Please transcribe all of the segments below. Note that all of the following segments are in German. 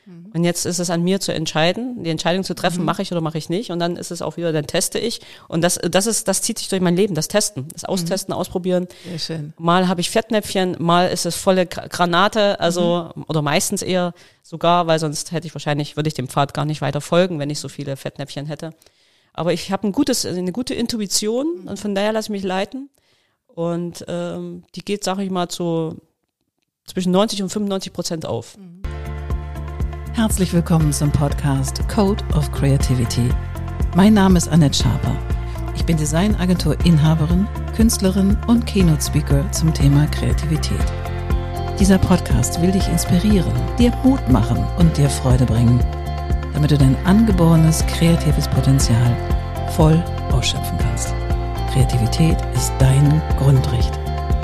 Und jetzt ist es an mir zu entscheiden, die Entscheidung zu treffen, mache ich oder mache ich nicht. Und dann ist es auch wieder, dann teste ich. Und das zieht sich durch mein Leben, das Testen, das Austesten, Ausprobieren. Sehr schön. Mal habe ich Fettnäpfchen, mal ist es volle Granate, also oder meistens eher sogar, weil sonst würde ich dem Pfad gar nicht weiter folgen, wenn ich so viele Fettnäpfchen hätte. Aber ich habe eine gute Intuition und von daher lasse ich mich leiten. Und die geht, sage ich mal, zwischen 90 und 95% auf. Herzlich willkommen zum Podcast Code of Creativity. Mein Name ist Annette Schaper. Ich bin Designagentur-Inhaberin, Künstlerin und Keynote-Speaker zum Thema Kreativität. Dieser Podcast will dich inspirieren, dir Mut machen und dir Freude bringen, damit du dein angeborenes kreatives Potenzial voll ausschöpfen kannst. Kreativität ist dein Grundrecht.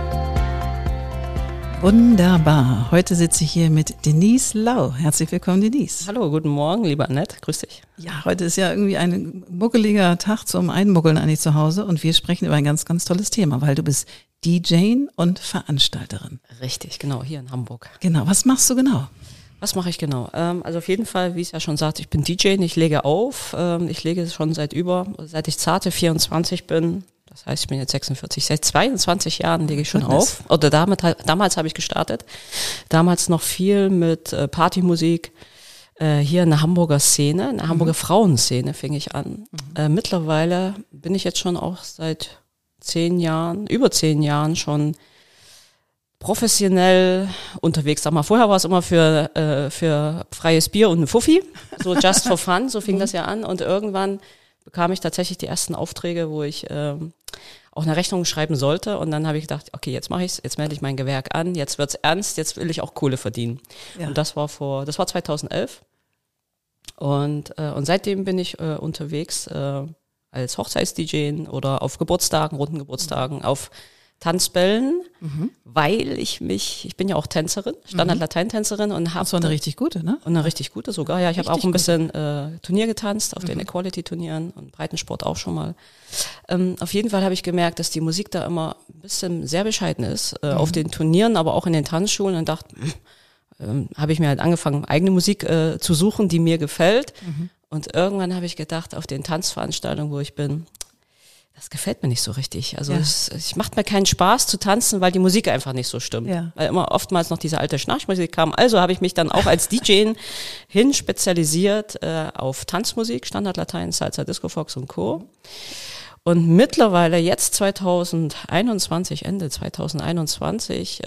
Wunderbar. Heute sitze ich hier mit Denise Lau. Herzlich willkommen, Denise. Hallo, guten Morgen, liebe Annette. Grüß dich. Ja, heute ist ja irgendwie ein muckeliger Tag zum Einmuckeln eigentlich zu Hause und wir sprechen über ein ganz, ganz tolles Thema, weil du bist DJ und Veranstalterin. Richtig, genau, hier in Hamburg. Genau. Was machst du genau? Was mache ich genau? Also auf jeden Fall, wie es ja schon sagt, ich bin DJ, ich lege auf. Ich lege schon seit ich zarte 24 bin. Das heißt, ich bin jetzt 46. Seit 22 Jahren lege ich schon auf. Oder damals habe ich gestartet. Damals noch viel mit Partymusik. Hier in der Hamburger Szene, in der Hamburger Frauenszene fing ich an. Mittlerweile bin ich jetzt schon auch seit über 10 Jahren schon professionell unterwegs. Sag mal, vorher war es immer für freies Bier und eine Fuffi, so just for fun, so fing das ja an. Und irgendwann bekam ich tatsächlich die ersten Aufträge, wo ich auch eine Rechnung schreiben sollte. Und dann habe ich gedacht, okay, jetzt mache ich's, jetzt melde ich mein Gewerk an, jetzt wird's ernst, jetzt will ich auch Kohle verdienen. Ja. Und das war 2011. Und seitdem bin ich unterwegs als Hochzeits-DJ oder auf Geburtstagen, runden Geburtstagen, auf Tanzbällen, weil ich bin ja auch Tänzerin, Standard-Lateintänzerin und habe so eine richtig gute, ne? Und eine richtig gute sogar, ja. Ich habe auch ein bisschen Turnier getanzt, auf den Equality-Turnieren und Breitensport auch schon mal. Auf jeden Fall habe ich gemerkt, dass die Musik da immer ein bisschen sehr bescheiden ist, auf den Turnieren, aber auch in den Tanzschulen und dachte, habe ich mir halt angefangen, eigene Musik zu suchen, die mir gefällt. Und irgendwann habe ich gedacht, auf den Tanzveranstaltungen, wo ich bin, das gefällt mir nicht so richtig. Also es macht mir keinen Spaß zu tanzen, weil die Musik einfach nicht so stimmt. Ja. Weil immer oftmals noch diese alte Schnarchmusik kam. Also habe ich mich dann auch als DJ hin spezialisiert auf Tanzmusik, Standard-Latein, Salsa, Disco Fox und Co. Und mittlerweile jetzt Ende 2021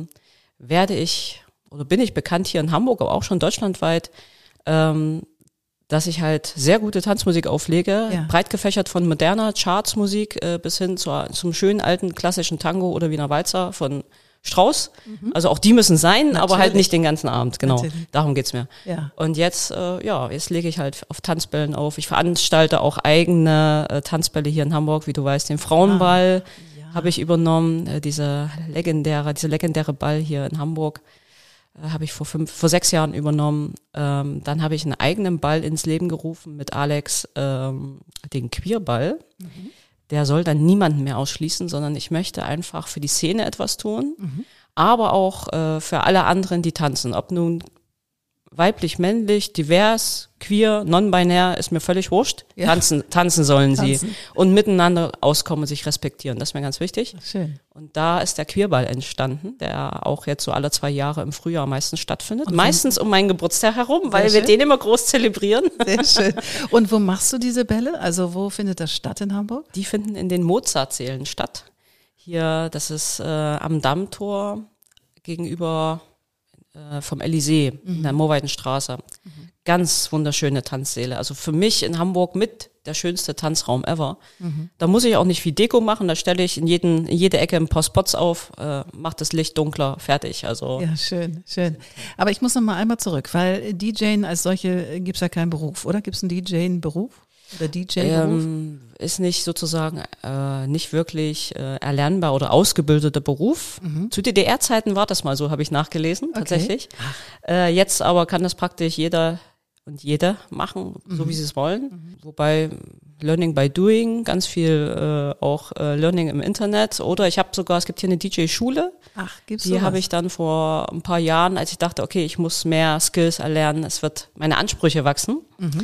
bin ich bekannt hier in Hamburg, aber auch schon deutschlandweit, dass ich halt sehr gute Tanzmusik auflege, breit gefächert von moderner Chartsmusik bis hin zum schönen alten klassischen Tango oder Wiener Walzer von Strauss. Also auch die müssen sein, natürlich, aber halt nicht den ganzen Abend, genau. Natürlich. Darum geht's mir. Ja. Und jetzt lege ich halt auf Tanzbällen auf. Ich veranstalte auch eigene Tanzbälle hier in Hamburg, wie du weißt, den Frauenball habe ich übernommen, dieser legendäre Ball hier in Hamburg. Habe ich vor 6 Jahren übernommen. Dann habe ich einen eigenen Ball ins Leben gerufen mit Alex, den Queerball. Der soll dann niemanden mehr ausschließen, sondern ich möchte einfach für die Szene etwas tun, aber auch für alle anderen, die tanzen. Ob nun weiblich, männlich, divers, queer, non-binär, ist mir völlig wurscht. Ja. Tanzen sollen sie und miteinander auskommen und sich respektieren. Das ist mir ganz wichtig. Schön. Und da ist der Queerball entstanden, der auch jetzt so alle 2 Jahre im Frühjahr meistens stattfindet. Und meistens um meinen Geburtstag herum, weil wir den immer groß zelebrieren. Sehr schön. Und wo machst du diese Bälle? Also wo findet das statt in Hamburg? Die finden in den Mozartsälen statt. Hier, das ist am Dammtor gegenüber vom Elysée in der Mohrweidenstraße. Ganz wunderschöne Tanzsäle. Also für mich in Hamburg mit der schönste Tanzraum ever. Da muss ich auch nicht viel Deko machen. Da stelle ich in jede Ecke ein paar Spots auf, mache das Licht dunkler, fertig. Also ja, schön. Aber ich muss noch mal einmal zurück, weil DJing als solche gibt's ja keinen Beruf, oder? Gibt's einen DJ-Beruf? Oder DJ-Beruf? Ist nicht sozusagen nicht wirklich erlernbar oder ausgebildeter Beruf. Zu DDR-Zeiten war das mal so, habe ich nachgelesen, tatsächlich. Jetzt aber kann das praktisch jeder und jede machen, so wie sie es wollen. Wobei Learning by Doing, ganz viel auch Learning im Internet. Oder ich habe sogar, es gibt hier eine DJ-Schule. Ach, gibt's Die habe ich dann vor ein paar Jahren, als ich dachte, okay, ich muss mehr Skills erlernen, meine Ansprüche wachsen.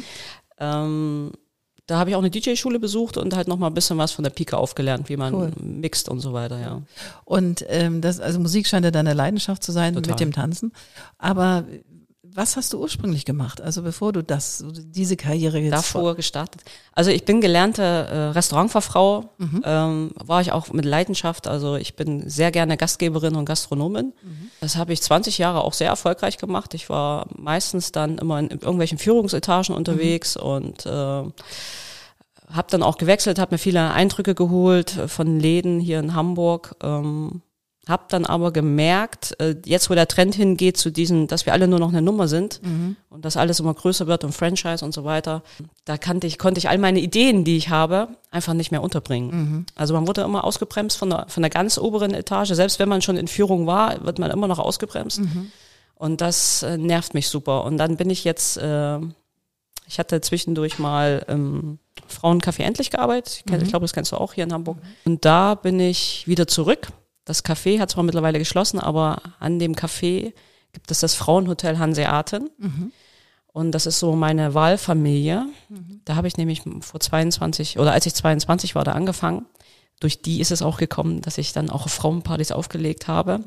Da habe ich auch eine DJ-Schule besucht und halt nochmal ein bisschen was von der Pike aufgelernt, wie man mixt und so weiter, ja. Und also Musik scheint ja deine Leidenschaft zu sein. Total. Mit dem Tanzen. Aber was hast du ursprünglich gemacht? Also bevor du diese Karriere jetzt davor gestartet. Also ich bin gelernte Restaurantfachfrau, war ich auch mit Leidenschaft. Also ich bin sehr gerne Gastgeberin und Gastronomin. Das habe ich 20 Jahre auch sehr erfolgreich gemacht. Ich war meistens dann immer in irgendwelchen Führungsetagen unterwegs und habe dann auch gewechselt, habe mir viele Eindrücke geholt von Läden hier in Hamburg. Hab dann aber gemerkt, jetzt wo der Trend hingeht zu diesem, dass wir alle nur noch eine Nummer sind und dass alles immer größer wird und Franchise und so weiter, da konnte ich all meine Ideen, die ich habe, einfach nicht mehr unterbringen. Also man wurde immer ausgebremst von der ganz oberen Etage. Selbst wenn man schon in Führung war, wird man immer noch ausgebremst. Und das nervt mich super. Und dann bin ich jetzt, ich hatte zwischendurch mal Frauencafé Endlich gearbeitet. Ich glaube, das kennst du auch hier in Hamburg. Und da bin ich wieder zurück. Das Café hat zwar mittlerweile geschlossen, aber an dem Café gibt es das Frauenhotel Hanseaten. Und das ist so meine Wahlfamilie. Da habe ich nämlich als ich 22 war, da angefangen. Durch die ist es auch gekommen, dass ich dann auch auf Frauenpartys aufgelegt habe.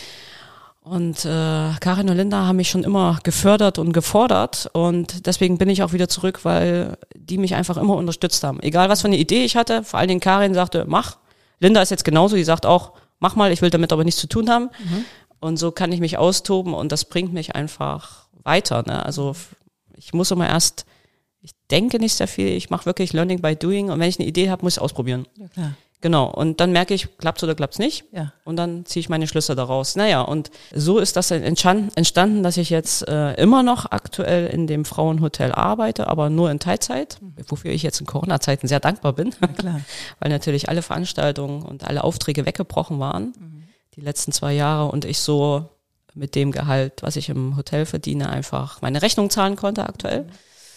Und Karin und Linda haben mich schon immer gefördert und gefordert. Und deswegen bin ich auch wieder zurück, weil die mich einfach immer unterstützt haben. Egal, was für eine Idee ich hatte, vor allen Dingen Karin sagte, mach. Linda ist jetzt genauso, die sagt auch, mach mal, ich will damit aber nichts zu tun haben. Und so kann ich mich austoben und das bringt mich einfach weiter. Ne? Also ich muss immer ich denke nicht sehr viel, ich mache wirklich Learning by Doing und wenn ich eine Idee habe, muss ich es ausprobieren. Ja, klar. Genau, und dann merke ich, klappt's oder klappt's nicht. Ja. Und dann ziehe ich meine Schlüsse daraus. Naja, und so ist das entstanden, dass ich jetzt immer noch aktuell in dem Frauenhotel arbeite, aber nur in Teilzeit, wofür ich jetzt in Corona-Zeiten sehr dankbar bin, ja, klar. Weil natürlich alle Veranstaltungen und alle Aufträge weggebrochen waren, die letzten 2 Jahre und ich so mit dem Gehalt, was ich im Hotel verdiene, einfach meine Rechnung zahlen konnte aktuell.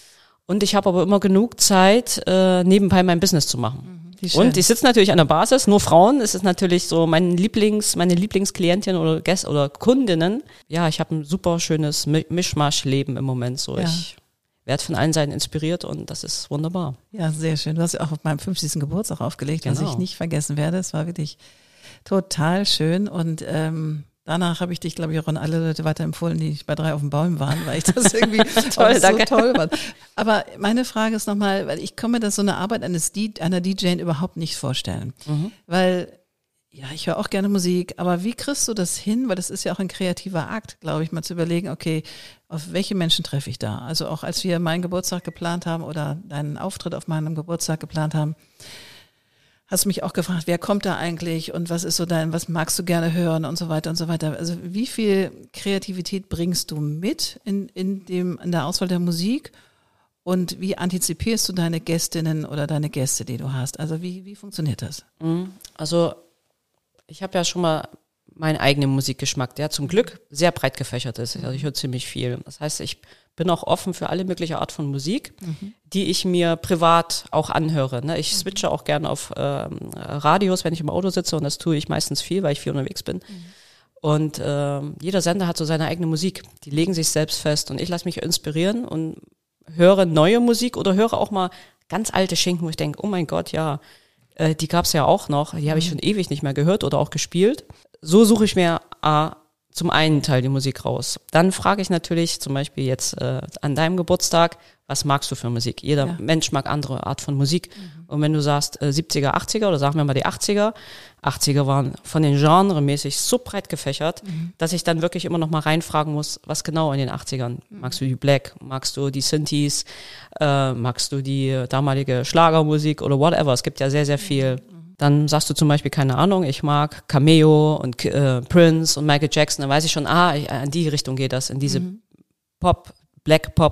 Und ich habe aber immer genug Zeit, nebenbei mein Business zu machen. Und ich sitze natürlich an der Basis, nur Frauen. Es ist natürlich so meine Lieblingsklientin oder Kundinnen. Ja, ich habe ein super schönes Mischmasch-Leben im Moment. So, ja. Ich werde von allen Seiten inspiriert und das ist wunderbar. Ja, sehr schön. Du hast ja auch auf meinem 50. Geburtstag aufgelegt, was ich nicht vergessen werde. Es war wirklich total schön und danach habe ich dich, glaube ich, auch an alle Leute weiterempfohlen, die bei 3 auf den Bäumen waren, weil ich das irgendwie toll, so toll fand. Aber meine Frage ist nochmal, weil ich kann mir das so eine Arbeit einer DJ überhaupt nicht vorstellen. Weil, ja, ich höre auch gerne Musik, aber wie kriegst du das hin? Weil das ist ja auch ein kreativer Akt, glaube ich, mal zu überlegen, okay, auf welche Menschen treffe ich da? Also auch als wir meinen Geburtstag geplant haben oder deinen Auftritt auf meinem Geburtstag geplant haben, hast du mich auch gefragt, wer kommt da eigentlich und was ist so was magst du gerne hören und so weiter und so weiter. Also wie viel Kreativität bringst du mit in der Auswahl der Musik und wie antizipierst du deine Gästinnen oder deine Gäste, die du hast? Also wie funktioniert das? Also ich habe ja schon mal meinen eigenen Musikgeschmack, der zum Glück sehr breit gefächert ist. Also ich höre ziemlich viel. Das heißt, ich bin auch offen für alle mögliche Art von Musik, die ich mir privat auch anhöre. Ne? Ich switche auch gerne auf Radios, wenn ich im Auto sitze und das tue ich meistens viel, weil ich viel unterwegs bin. Und jeder Sender hat so seine eigene Musik. Die legen sich selbst fest und ich lasse mich inspirieren und höre neue Musik oder höre auch mal ganz alte Schinken, wo ich denke, oh mein Gott, ja, die gab's ja auch noch. Die habe ich schon ewig nicht mehr gehört oder auch gespielt. So suche ich mir zum einen Teil die Musik raus. Dann frage ich natürlich zum Beispiel jetzt an deinem Geburtstag, was magst du für Musik? Jeder Mensch mag andere Art von Musik. Und wenn du sagst 70er, 80er oder sagen wir mal die 80er waren von den genremäßig so breit gefächert, dass ich dann wirklich immer noch mal reinfragen muss, was genau in den 80ern? Magst du die Black? Magst du die Synthes? Magst du die damalige Schlagermusik oder whatever? Es gibt ja sehr, sehr viel. Dann sagst du zum Beispiel, keine Ahnung, ich mag Cameo und Prince und Michael Jackson. Dann weiß ich schon, in die Richtung geht das, in diese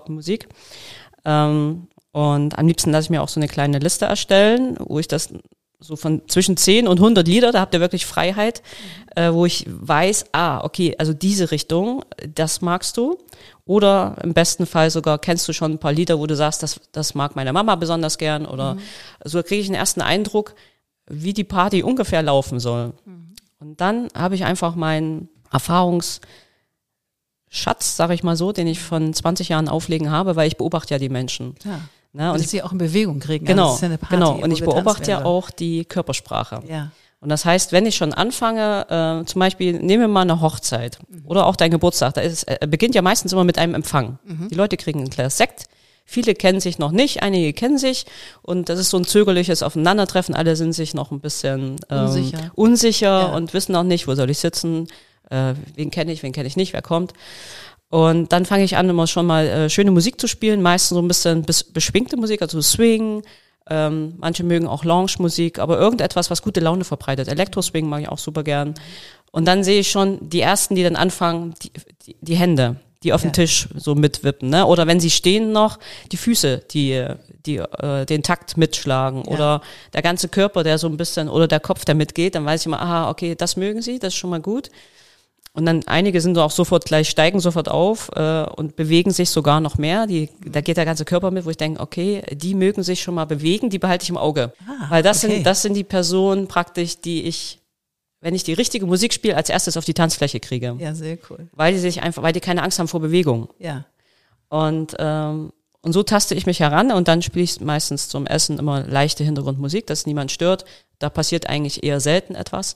Black-Pop-Musik. Und am liebsten lasse ich mir auch so eine kleine Liste erstellen, wo ich das so von zwischen 10 und 100 Lieder, da habt ihr wirklich Freiheit, wo ich weiß, okay, also diese Richtung, das magst du. Oder im besten Fall sogar kennst du schon ein paar Lieder, wo du sagst, das mag meine Mama besonders gern. Oder so kriege ich einen ersten Eindruck, wie die Party ungefähr laufen soll. Und dann habe ich einfach meinen Erfahrungsschatz, sage ich mal so, den ich von 20 Jahren Auflegen habe, weil ich beobachte ja die Menschen. Ja. Ne? Und sie auch in Bewegung kriegen. Genau, also das ist ja eine Party, genau. Und ich beobachte ja auch die Körpersprache. Ja. Und das heißt, wenn ich schon anfange, zum Beispiel, nehmen wir mal eine Hochzeit oder auch dein Geburtstag, beginnt ja meistens immer mit einem Empfang. Die Leute kriegen ein Glas Sekt, viele kennen sich noch nicht, einige kennen sich und das ist so ein zögerliches Aufeinandertreffen, alle sind sich noch ein bisschen unsicher und wissen noch nicht, wo soll ich sitzen, wen kenne ich nicht, wer kommt. Und dann fange ich an, immer schon mal schöne Musik zu spielen, meistens so ein bisschen beschwingte Musik, also Swing. Manche mögen auch Lounge-Musik, aber irgendetwas, was gute Laune verbreitet. Elektro-Swing mag ich auch super gern. Und dann sehe ich schon die Ersten, die dann anfangen, die Hände, die auf den Tisch so mitwippen, ne? Oder wenn sie stehen noch, die Füße, die den Takt mitschlagen oder der ganze Körper, der so ein bisschen, oder der Kopf, der mitgeht, dann weiß ich immer, okay, das mögen sie, das ist schon mal gut. Und dann einige sind auch steigen sofort auf und bewegen sich sogar noch mehr. Da geht der ganze Körper mit, wo ich denke, okay, die mögen sich schon mal bewegen, die behalte ich im Auge. Weil das sind die Personen praktisch, die ich, wenn ich die richtige Musik spiele, als erstes auf die Tanzfläche kriege. Ja, sehr cool. Weil die keine Angst haben vor Bewegung. Ja. Und so taste ich mich heran und dann spiele ich meistens zum Essen immer leichte Hintergrundmusik, dass niemand stört. Da passiert eigentlich eher selten etwas.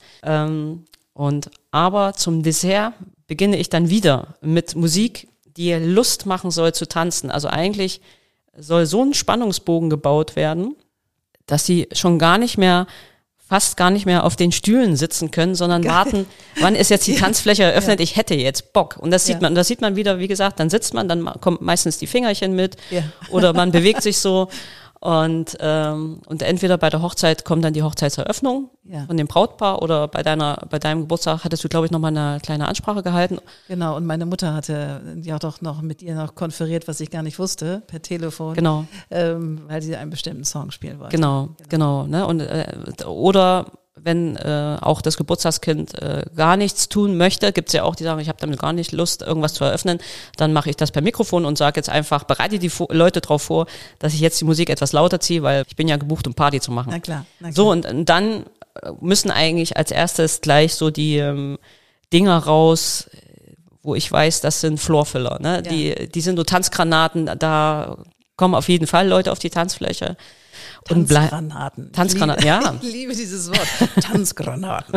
Aber zum Dessert beginne ich dann wieder mit Musik, die Lust machen soll zu tanzen. Also eigentlich soll so ein Spannungsbogen gebaut werden, dass sie schon fast gar nicht mehr auf den Stühlen sitzen können, sondern warten, wann ist jetzt die Tanzfläche eröffnet, ich hätte jetzt Bock. Und das sieht man wieder, wie gesagt, dann sitzt man, dann kommt meistens die Fingerchen mit oder man bewegt sich so. Und entweder bei der Hochzeit kommt dann die Hochzeitseröffnung von dem Brautpaar oder bei deinem Geburtstag hattest du, glaube ich, nochmal eine kleine Ansprache gehalten. Genau, und meine Mutter hatte ja doch noch mit ihr noch konferiert, was ich gar nicht wusste, per Telefon. Genau. Weil sie einen bestimmten Song spielen wollte. Genau. Ne? Und, oder wenn auch das Geburtstagskind gar nichts tun möchte, gibt's ja auch, die sagen, ich habe damit gar nicht Lust, irgendwas zu eröffnen, dann mache ich das per Mikrofon und sage jetzt einfach, bereite die Leute darauf vor, dass ich jetzt die Musik etwas lauter ziehe, weil ich bin ja gebucht, um Party zu machen. Na klar. So, und dann müssen eigentlich als erstes gleich so die Dinger raus, wo ich weiß, das sind Floorfiller, ne? Ja. Die sind so Tanzgranaten, da kommen auf jeden Fall Leute auf die Tanzfläche. Tanzgranaten. Tanzgranaten, ja. Ich liebe dieses Wort. Tanzgranaten.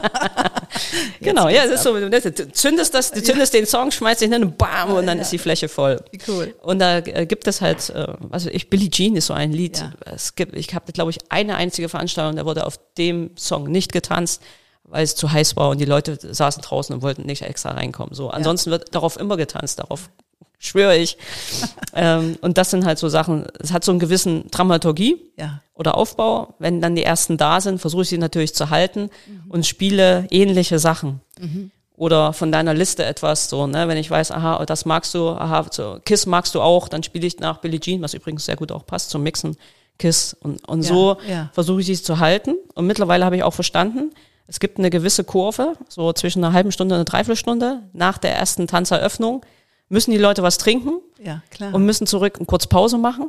Genau, ja, das ist so, du zündest den Song, schmeißt ihn hin und bam, und dann ist die Fläche voll. Wie cool. Und da gibt es halt, Billie Jean ist so ein Lied. Ja. Ich habe, glaube ich, eine einzige Veranstaltung, da wurde auf dem Song nicht getanzt, weil es zu heiß war und die Leute saßen draußen und wollten nicht extra reinkommen. So, ansonsten wird darauf immer getanzt, darauf schwöre ich. Und das sind halt so Sachen, es hat so einen gewissen Dramaturgie oder Aufbau. Wenn dann die ersten da sind, versuche ich sie natürlich zu halten und spiele ähnliche Sachen. Oder von deiner Liste etwas so, ne, wenn ich weiß, das magst du, so Kiss magst du auch, dann spiele ich nach Billie Jean, was übrigens sehr gut auch passt zum Mixen, Kiss. Und so versuche ich sie zu halten. Und mittlerweile habe ich auch verstanden, es gibt eine gewisse Kurve, so zwischen einer halben Stunde und einer Dreiviertelstunde nach der ersten Tanzeröffnung, müssen die Leute was trinken und müssen zurück und kurz Pause machen.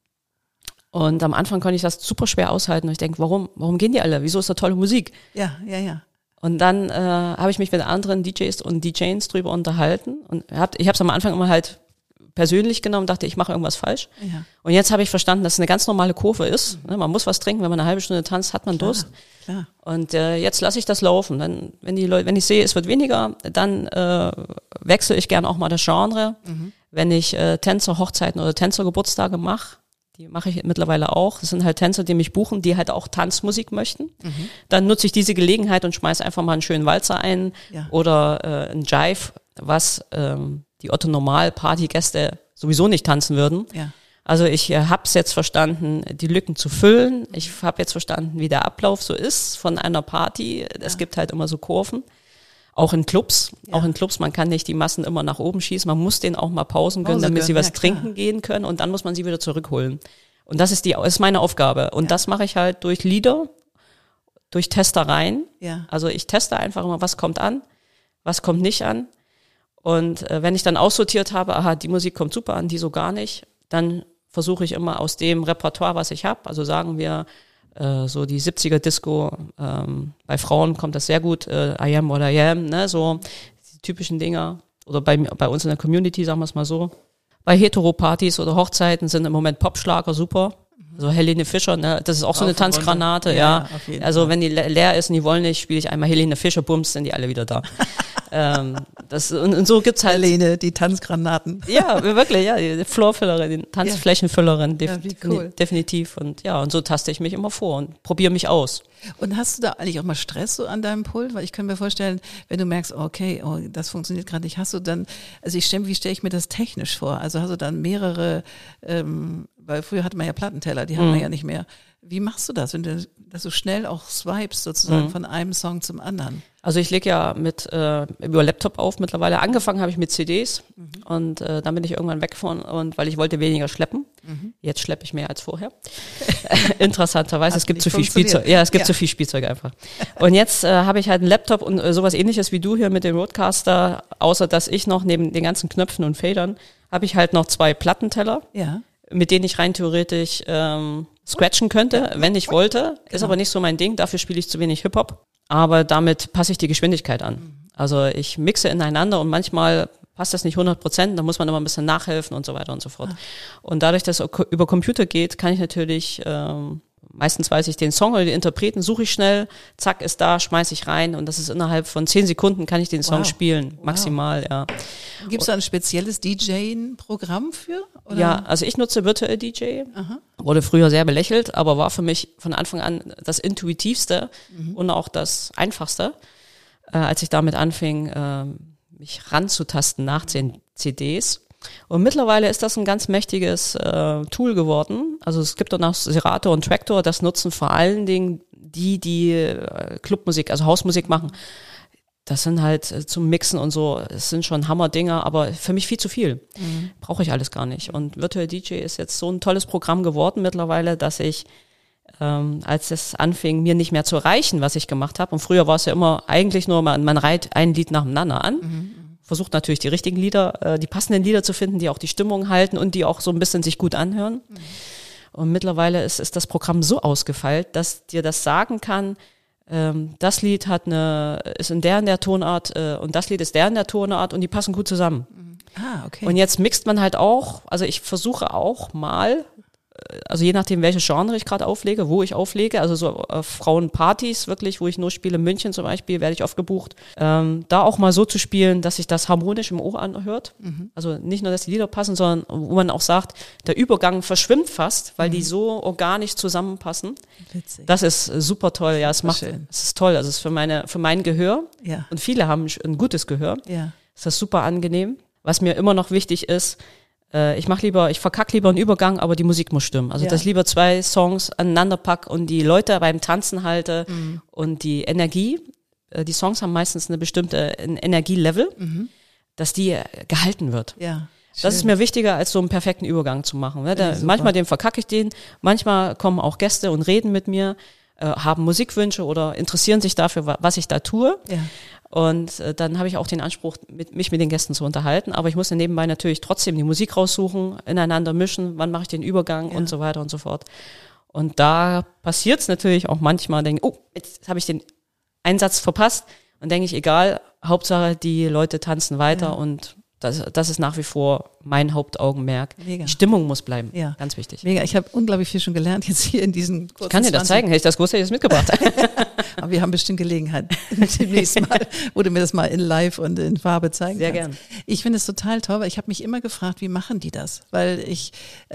Und am Anfang konnte ich das super schwer aushalten. Und ich denke, warum gehen die alle? Wieso ist da tolle Musik? Ja. Und dann habe ich mich mit anderen DJs und DJs drüber unterhalten. Und ich habe es am Anfang immer halt persönlich genommen, dachte, ich mache irgendwas falsch. Ja. Und jetzt habe ich verstanden, dass es eine ganz normale Kurve ist. Man muss was trinken, wenn man eine halbe Stunde tanzt, hat man Durst. Klar. Und jetzt lasse ich das laufen. Dann, wenn ich sehe, es wird weniger, dann wechsle ich gern auch mal das Genre. Wenn ich Tänzer, Hochzeiten oder Tänzergeburtstage mache, die mache ich mittlerweile auch. Das sind halt Tänzer, die mich buchen, die halt auch Tanzmusik möchten. Dann nutze ich diese Gelegenheit und schmeiße einfach mal einen schönen Walzer ein oder einen Jive, was die Otto-Normal-Partygäste sowieso nicht tanzen würden. Ja. Also ich habe es jetzt verstanden, die Lücken zu füllen. Ich habe jetzt verstanden, wie der Ablauf so ist von einer Party. Es gibt halt immer so Kurven, auch in Clubs. Ja. Auch in Clubs, man kann nicht die Massen immer nach oben schießen. Man muss denen auch mal Pausen gönnen, damit sie was trinken gehen können. Und dann muss man sie wieder zurückholen. Und das ist meine Aufgabe. Und das mache ich halt durch Lieder durch Testereien. Ja. Also ich teste einfach immer, was kommt an, was kommt nicht an. Und wenn ich dann aussortiert habe, aha, die Musik kommt super an, die so gar nicht, dann versuche ich immer aus dem Repertoire, was ich habe, also sagen wir so die 70er Disco, bei Frauen kommt das sehr gut, I Am What I Am, ne, so die typischen Dinger. Oder bei uns in der Community, sagen wir es mal so. Bei Hetero-Partys oder Hochzeiten sind im Moment Popschlager super. Also Helene Fischer, ne, das ist auch so eine Tanzgranate, ja. Also wenn die leer ist und die wollen nicht, spiele ich einmal Helene Fischer, bums, sind die alle wieder da. Und so gibt's halt. Helene, die Tanzgranaten. Ja, wirklich, ja, die Floorfüllerin, die Tanzflächenfüllerin, cool. definitiv. Und ja, und so taste ich mich immer vor und probiere mich aus. Und hast du da eigentlich auch mal Stress so an deinem Pult? Weil ich kann mir vorstellen, wenn du merkst, okay, das funktioniert gerade nicht, hast du dann, also wie stelle ich mir das technisch vor? Also hast du dann mehrere, weil früher hatte man ja Plattenteller, die haben wir ja nicht mehr. Wie machst du das, wenn du das so schnell auch swipest sozusagen von einem Song zum anderen? Also ich lege ja über Laptop auf mittlerweile. Angefangen habe ich mit CDs und dann bin ich irgendwann weg und weil ich wollte weniger schleppen. Jetzt schleppe ich mehr als vorher. Interessanterweise, es gibt zu viel Spielzeug. Ja, es gibt zu viel Spielzeug einfach. Und jetzt habe ich halt einen Laptop und sowas ähnliches wie du hier mit dem Rodecaster, außer dass ich noch neben den ganzen Knöpfen und Federn, habe ich halt noch 2 Plattenteller. Ja. Mit denen ich rein theoretisch scratchen könnte, wenn ich wollte. Ist aber nicht so mein Ding, dafür spiele ich zu wenig Hip-Hop. Aber damit passe ich die Geschwindigkeit an. Also ich mixe ineinander und manchmal passt das nicht 100%, da muss man immer ein bisschen nachhelfen und so weiter und so fort. Und dadurch, dass es über Computer geht, kann ich natürlich, meistens weiß ich den Song oder den Interpreten, suche ich schnell, zack, ist da, schmeiße ich rein und das ist innerhalb von 10 Sekunden kann ich den Song spielen, maximal, ja. Gibt es da ein spezielles DJ-Programm für? Oder? Ja, also ich nutze Virtual DJ, wurde früher sehr belächelt, aber war für mich von Anfang an das Intuitivste und auch das Einfachste, als ich damit anfing, mich ranzutasten nach den CDs. Und mittlerweile ist das ein ganz mächtiges Tool geworden. Also es gibt auch noch Serato und Traktor, das nutzen vor allen Dingen die Clubmusik, also Hausmusik machen. Das sind halt zum Mixen und so, es sind schon Hammerdinger, aber für mich viel zu viel. Brauche ich alles gar nicht. Und Virtual DJ ist jetzt so ein tolles Programm geworden mittlerweile, dass ich, als es anfing, mir nicht mehr zu reichen, was ich gemacht habe. Und früher war es ja immer eigentlich nur, man reiht ein Lied nacheinander an. Versucht natürlich die richtigen Lieder, die passenden Lieder zu finden, die auch die Stimmung halten und die auch so ein bisschen sich gut anhören. Und mittlerweile ist das Programm so ausgefeilt, dass dir das sagen kann, das Lied ist in der Tonart und das Lied ist der in der Tonart und die passen gut zusammen. Okay. Und jetzt mixt man halt auch, also ich versuche auch mal, also je nachdem, welches Genre ich gerade auflege, wo ich auflege, also so Frauenpartys wirklich, wo ich nur spiele, München zum Beispiel, werde ich oft gebucht, da auch mal so zu spielen, dass sich das harmonisch im Ohr anhört. Also nicht nur, dass die Lieder passen, sondern wo man auch sagt, der Übergang verschwimmt fast, weil die so organisch zusammenpassen. Witzig. Das ist super toll, ja, es ist toll, also es ist für mein Gehör und viele haben ein gutes Gehör, ist das super angenehm. Was mir immer noch wichtig ist, ich verkack lieber einen Übergang, aber die Musik muss stimmen. Also, dass ich lieber 2 Songs aneinander pack und die Leute beim Tanzen halte und die Energie, die Songs haben meistens eine bestimmte Energielevel, dass die gehalten wird. Ja. Das ist mir wichtiger, als so einen perfekten Übergang zu machen. Ne? Manchmal verkacke ich den, manchmal kommen auch Gäste und reden mit mir, haben Musikwünsche oder interessieren sich dafür, was ich da tue. Ja. Und dann habe ich auch den Anspruch, mich mit den Gästen zu unterhalten. Aber ich muss dann nebenbei natürlich trotzdem die Musik raussuchen, ineinander mischen, wann mache ich den Übergang und so weiter und so fort. Und da passiert es natürlich auch manchmal, denke ich, jetzt habe ich den Einsatz verpasst. Und denke ich, egal, Hauptsache die Leute tanzen weiter und das ist nach wie vor mein Hauptaugenmerk. Mega. Die Stimmung muss bleiben, ganz wichtig. Mega, ich habe unglaublich viel schon gelernt jetzt hier in diesen kurzen Ich kann dir das zeigen, hätte ich das gewusst, hätte ich das mitgebracht. Aber wir haben bestimmt Gelegenheit demnächst mal, wo du mir das mal in live und in Farbe zeigen Sehr kannst. Gern. Ich finde es total toll, weil ich habe mich immer gefragt, wie machen die das? Weil ich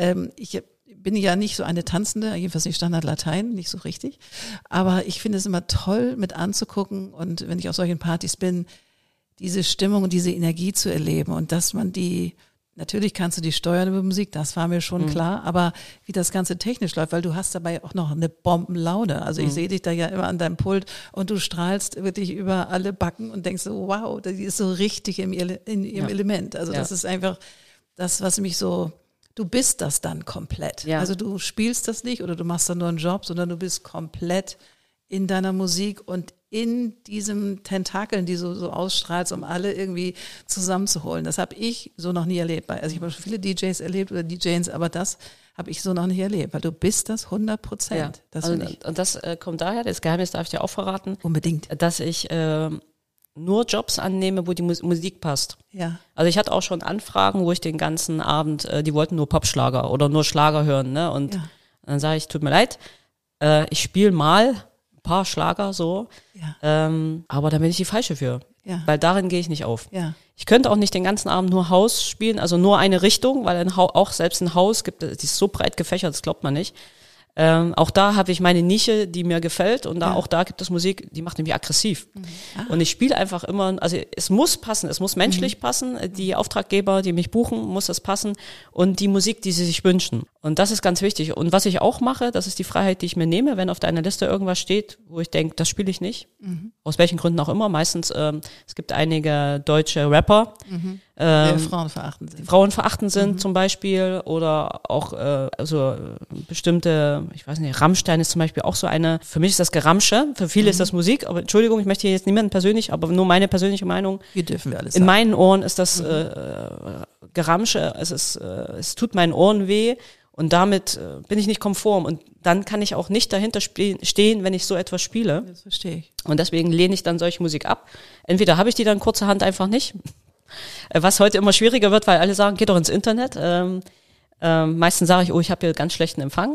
bin ja nicht so eine Tanzende, jedenfalls nicht Standard Latein, nicht so richtig. Aber ich finde es immer toll mit anzugucken und wenn ich auf solchen Partys bin, diese Stimmung und diese Energie zu erleben und dass man natürlich kannst du die steuern über Musik, das war mir schon klar, aber wie das Ganze technisch läuft, weil du hast dabei auch noch eine Bombenlaune. Also ich sehe dich da ja immer an deinem Pult und du strahlst wirklich über alle Backen und denkst so, wow, die ist so richtig in ihrem Element. Also das ist einfach das, was mich so, du bist das dann komplett. Ja. Also du spielst das nicht oder du machst dann nur einen Job, sondern du bist komplett in deiner Musik und in diesem Tentakeln, die so ausstrahlst, um alle irgendwie zusammenzuholen. Das habe ich so noch nie erlebt. Also ich habe schon viele DJs erlebt oder DJs, aber das habe ich so noch nicht erlebt, weil du bist das 100%. Ja, und das kommt daher, das Geheimnis darf ich dir auch verraten. Unbedingt. Dass ich nur Jobs annehme, wo die Musik passt. Ja. Also ich hatte auch schon Anfragen, wo ich den ganzen Abend, die wollten nur Popschlager oder nur Schlager hören, ne? Und dann sage ich, tut mir leid, ich spiele mal ein paar Schlager so, aber da bin ich die Falsche für. Ja. Weil darin gehe ich nicht auf. Ja. Ich könnte auch nicht den ganzen Abend nur House spielen, also nur eine Richtung, weil auch selbst ein Haus gibt, die ist so breit gefächert, das glaubt man nicht. Auch da habe ich meine Nische, die mir gefällt und auch da gibt es Musik, die macht nämlich aggressiv. Und ich spiele einfach immer, also es muss passen, es muss menschlich passen, die Auftraggeber, die mich buchen, muss das passen und die Musik, die sie sich wünschen. Und das ist ganz wichtig. Und was ich auch mache, das ist die Freiheit, die ich mir nehme, wenn auf deiner Liste irgendwas steht, wo ich denke, das spiele ich nicht. Aus welchen Gründen auch immer. Meistens, es gibt einige deutsche Rapper, die frauenverachtend sind zum Beispiel oder auch also bestimmte, ich weiß nicht, Rammstein ist zum Beispiel auch so eine, für mich ist das Geramsche, für viele ist das Musik, aber Entschuldigung, ich möchte hier jetzt niemanden persönlich, aber nur meine persönliche Meinung. Hier dürfen wir alles sagen. In meinen Ohren ist das Geramsche, es tut meinen Ohren weh und damit bin ich nicht konform und dann kann ich auch nicht dahinter stehen, wenn ich so etwas spiele. Das verstehe ich. Und deswegen lehne ich dann solche Musik ab. Entweder habe ich die dann kurzerhand einfach nicht, was heute immer schwieriger wird, weil alle sagen, geh doch ins Internet. Meistens sage ich, ich habe hier ganz schlechten Empfang.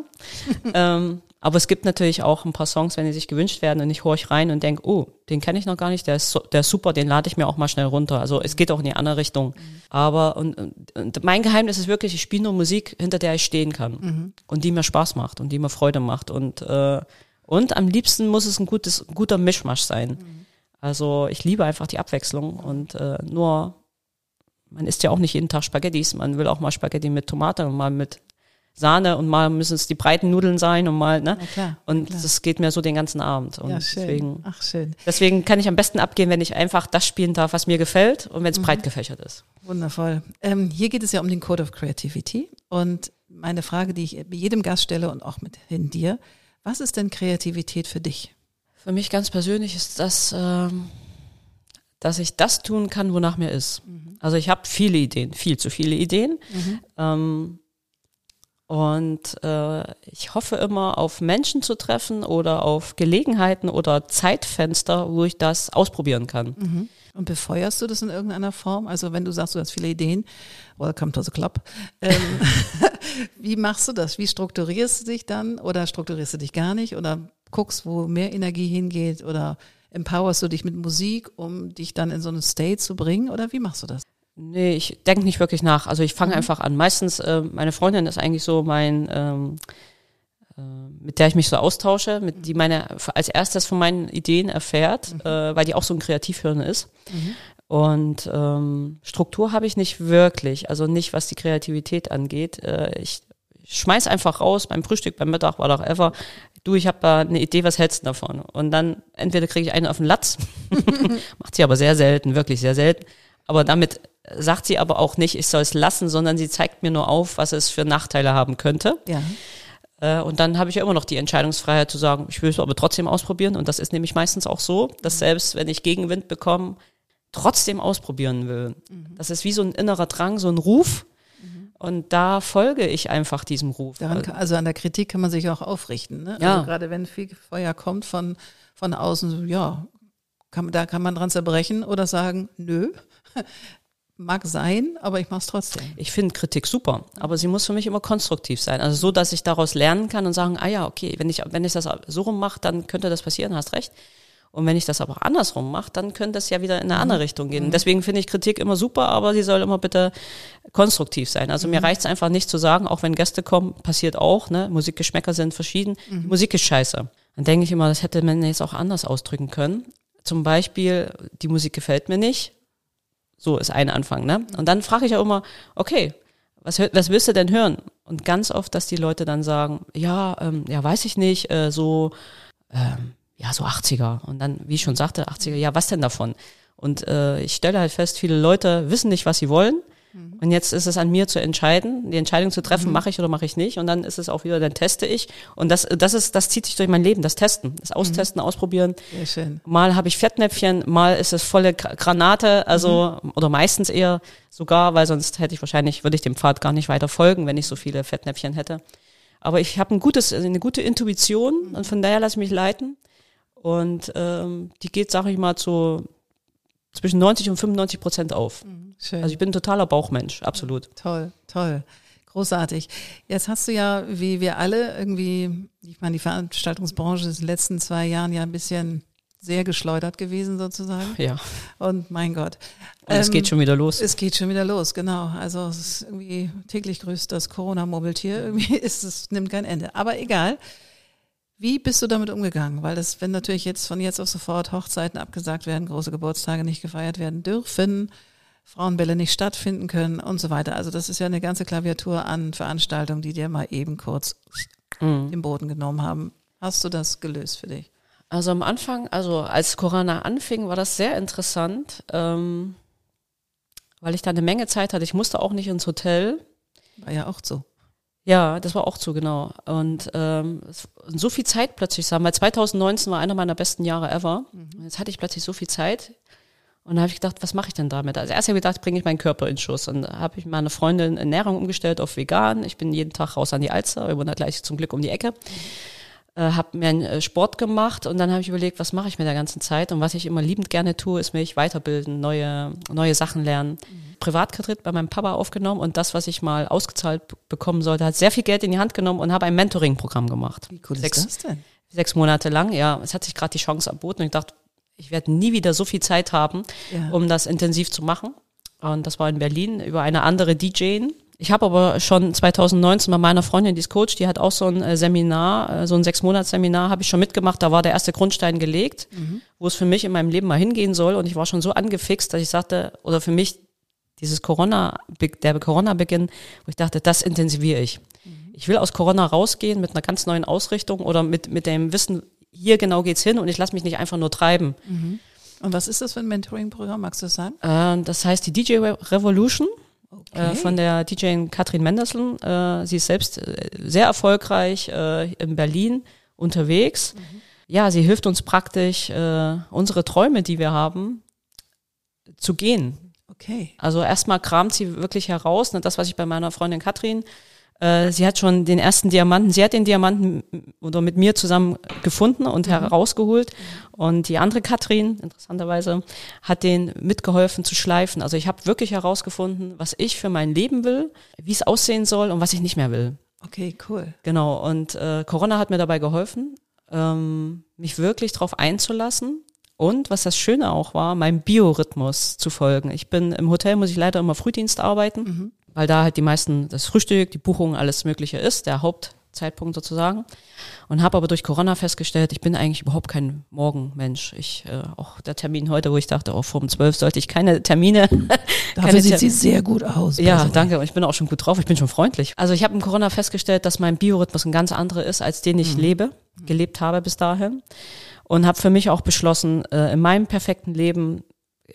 Aber es gibt natürlich auch ein paar Songs, wenn die sich gewünscht werden und ich horch rein und denke, den kenne ich noch gar nicht, der ist super, den lade ich mir auch mal schnell runter. Also es geht auch in die andere Richtung. Aber und mein Geheimnis ist wirklich, ich spiele nur Musik, hinter der ich stehen kann und die mir Spaß macht und die mir Freude macht. Und am liebsten muss es ein guter Mischmasch sein. Also ich liebe einfach die Abwechslung und man isst ja auch nicht jeden Tag Spaghettis, man will auch mal Spaghetti mit Tomate und mal mit Sahne und mal müssen es die breiten Nudeln sein und mal, ne? Klar, und das geht mir so den ganzen Abend. Und schön. Deswegen kann ich am besten abgehen, wenn ich einfach das spielen darf, was mir gefällt und wenn es breit gefächert ist. Wundervoll. Hier geht es ja um den Code of Creativity und meine Frage, die ich jedem Gast stelle und auch mithin dir, was ist denn Kreativität für dich? Für mich ganz persönlich ist das, dass ich das tun kann, wonach mir ist. Also ich habe viele Ideen, viel zu viele Ideen. Und ich hoffe immer auf Menschen zu treffen oder auf Gelegenheiten oder Zeitfenster, wo ich das ausprobieren kann. Und befeuerst du das in irgendeiner Form? Also wenn du sagst, du hast viele Ideen, welcome to the club. Wie machst du das? Wie strukturierst du dich dann? Oder strukturierst du dich gar nicht? Oder guckst, wo mehr Energie hingeht? Oder empowerst du dich mit Musik, um dich dann in so einen State zu bringen? Oder wie machst du das? Nee, ich denke nicht wirklich nach. Also ich fange einfach an. Meistens, meine Freundin ist eigentlich so mit der ich mich so austausche, mit die als erstes von meinen Ideen erfährt, weil die auch so ein Kreativhirn ist. Und Struktur habe ich nicht wirklich, also nicht, was die Kreativität angeht. Ich schmeiß einfach raus beim Frühstück, beim Mittag, whatever. Du, ich habe da eine Idee, was hältst du davon? Und dann entweder kriege ich einen auf den Latz, macht sie aber sehr selten, wirklich sehr selten. Aber damit sagt sie aber auch nicht, ich soll es lassen, sondern sie zeigt mir nur auf, was es für Nachteile haben könnte. Ja. Und dann habe ich ja immer noch die Entscheidungsfreiheit zu sagen, ich will es aber trotzdem ausprobieren. Und das ist nämlich meistens auch so, dass selbst wenn ich Gegenwind bekomme, trotzdem ausprobieren will. Das ist wie so ein innerer Drang, so ein Ruf. Und da folge ich einfach diesem Ruf. Also an der Kritik kann man sich auch aufrichten. Ne? Ja. Also gerade wenn viel Feuer kommt von außen, da kann man dran zerbrechen oder sagen, nö, mag sein, aber ich mache es trotzdem. Ich finde Kritik super, aber sie muss für mich immer konstruktiv sein. Also so, dass ich daraus lernen kann und sagen, okay, wenn ich das so rum mache, dann könnte das passieren, hast recht. Und wenn ich das aber auch andersrum mache, dann könnte es ja wieder in eine andere Richtung gehen. Deswegen finde ich Kritik immer super, aber sie soll immer bitte konstruktiv sein. Also mir reicht es einfach nicht zu sagen, auch wenn Gäste kommen, passiert auch, ne? Musikgeschmäcker sind verschieden. Die Musik ist scheiße. Dann denke ich immer, das hätte man jetzt auch anders ausdrücken können. Zum Beispiel, die Musik gefällt mir nicht. So ist ein Anfang, ne? Und dann frage ich auch immer, okay, was willst du denn hören? Und ganz oft, dass die Leute dann sagen, weiß ich nicht, so 80er. Und dann, wie ich schon sagte, 80er, ja, was denn davon? Und ich stelle halt fest, viele Leute wissen nicht, was sie wollen Und jetzt ist es an mir zu entscheiden, die Entscheidung zu treffen, mache ich oder mache ich nicht. Und dann ist es auch wieder, dann teste ich. Und das zieht sich durch mein Leben, das Testen, das Austesten, Ausprobieren. Sehr schön. Mal habe ich Fettnäpfchen, mal ist es volle Granate, also, oder meistens eher sogar, weil sonst würde ich dem Pfad gar nicht weiter folgen, wenn ich so viele Fettnäpfchen hätte. Aber ich habe eine gute Intuition und von daher lasse ich mich leiten. Und die geht, sage ich mal, zwischen 90 und 95% auf. Schön. Also ich bin ein totaler Bauchmensch, absolut. Toll, toll. Großartig. Jetzt hast du ja, wie wir alle irgendwie, ich meine, die Veranstaltungsbranche ist in den letzten 2 Jahren ja ein bisschen sehr geschleudert gewesen sozusagen. Ja. Und mein Gott. Und es geht schon wieder los. Es geht schon wieder los, genau. Also es ist irgendwie täglich grüßt das Corona-Murmeltier. Irgendwie nimmt kein Ende. Aber egal. Wie bist du damit umgegangen? Weil wenn natürlich jetzt von jetzt auf sofort Hochzeiten abgesagt werden, große Geburtstage nicht gefeiert werden dürfen, Frauenbälle nicht stattfinden können und so weiter. Also das ist ja eine ganze Klaviatur an Veranstaltungen, die dir mal eben kurz den Boden genommen haben. Hast du das gelöst für dich? Also am Anfang, als Corona anfing, war das sehr interessant, weil ich da eine Menge Zeit hatte. Ich musste auch nicht ins Hotel. War ja auch so. Ja, das war auch so, genau. Und so viel Zeit plötzlich haben, weil 2019 war einer meiner besten Jahre ever. Jetzt hatte ich plötzlich so viel Zeit. Und da habe ich gedacht, was mache ich denn damit? Also erst habe ich gedacht, bringe ich meinen Körper in Schuss. Und da habe ich meine Freundin Ernährung umgestellt auf vegan. Ich bin jeden Tag raus an die Alster, wir wohnen da gleich zum Glück um die Ecke. Habe mir einen Sport gemacht und dann habe ich überlegt, was mache ich mit der ganzen Zeit? Und was ich immer liebend gerne tue, ist mich weiterbilden, neue Sachen lernen. Privatkredit bei meinem Papa aufgenommen und das, was ich mal ausgezahlt bekommen sollte, hat sehr viel Geld in die Hand genommen und habe ein Mentoring-Programm gemacht. Wie cool ist das denn? 6 Monate lang, ja. Es hat sich gerade die Chance erboten und ich dachte, ich werde nie wieder so viel Zeit haben, um das intensiv zu machen. Und das war in Berlin über eine andere DJ. Ich habe aber schon 2019 bei meiner Freundin, die ist Coach, die hat auch so ein Seminar, so ein 6-Monats-Seminar, habe ich schon mitgemacht. Da war der erste Grundstein gelegt, wo es für mich in meinem Leben mal hingehen soll. Und ich war schon so angefixt, dass ich sagte, oder für mich der Corona-Beginn, wo ich dachte, das intensiviere ich. Ich will aus Corona rausgehen mit einer ganz neuen Ausrichtung oder mit dem Wissen, hier genau geht's hin und ich lasse mich nicht einfach nur treiben. Und was ist das für ein Mentoring-Programm, magst du das sagen? Das heißt die DJ Revolution. Okay. Von der DJ Katrin Mendersen. Sie ist selbst sehr erfolgreich in Berlin unterwegs. Ja, sie hilft uns praktisch, unsere Träume, die wir haben, zu gehen. Okay. Also erstmal kramt sie wirklich heraus, ne, das, was ich bei meiner Freundin Katrin, sie hat schon den ersten Diamanten, sie hat den Diamanten oder mit mir zusammen gefunden und herausgeholt und die andere Katrin, interessanterweise, hat den mitgeholfen zu schleifen. Also ich habe wirklich herausgefunden, was ich für mein Leben will, wie es aussehen soll und was ich nicht mehr will. Okay, cool. Genau, und Corona hat mir dabei geholfen, mich wirklich drauf einzulassen. Und was das Schöne auch war, meinem Biorhythmus zu folgen. Im Hotel muss ich leider immer Frühdienst arbeiten, weil da halt das Frühstück, die Buchung, alles Mögliche ist, der Hauptzeitpunkt sozusagen. Und habe aber durch Corona festgestellt, ich bin eigentlich überhaupt kein Morgenmensch. Auch der Termin heute, wo ich dachte, vor um 12 sollte ich keine Termine. Dafür sieht sie sehr gut aus. Ja, danke. Und ich bin auch schon gut drauf. Ich bin schon freundlich. Also ich habe im Corona festgestellt, dass mein Biorhythmus ein ganz anderer ist, als den ich gelebt habe bis dahin. Und habe für mich auch beschlossen, in meinem perfekten Leben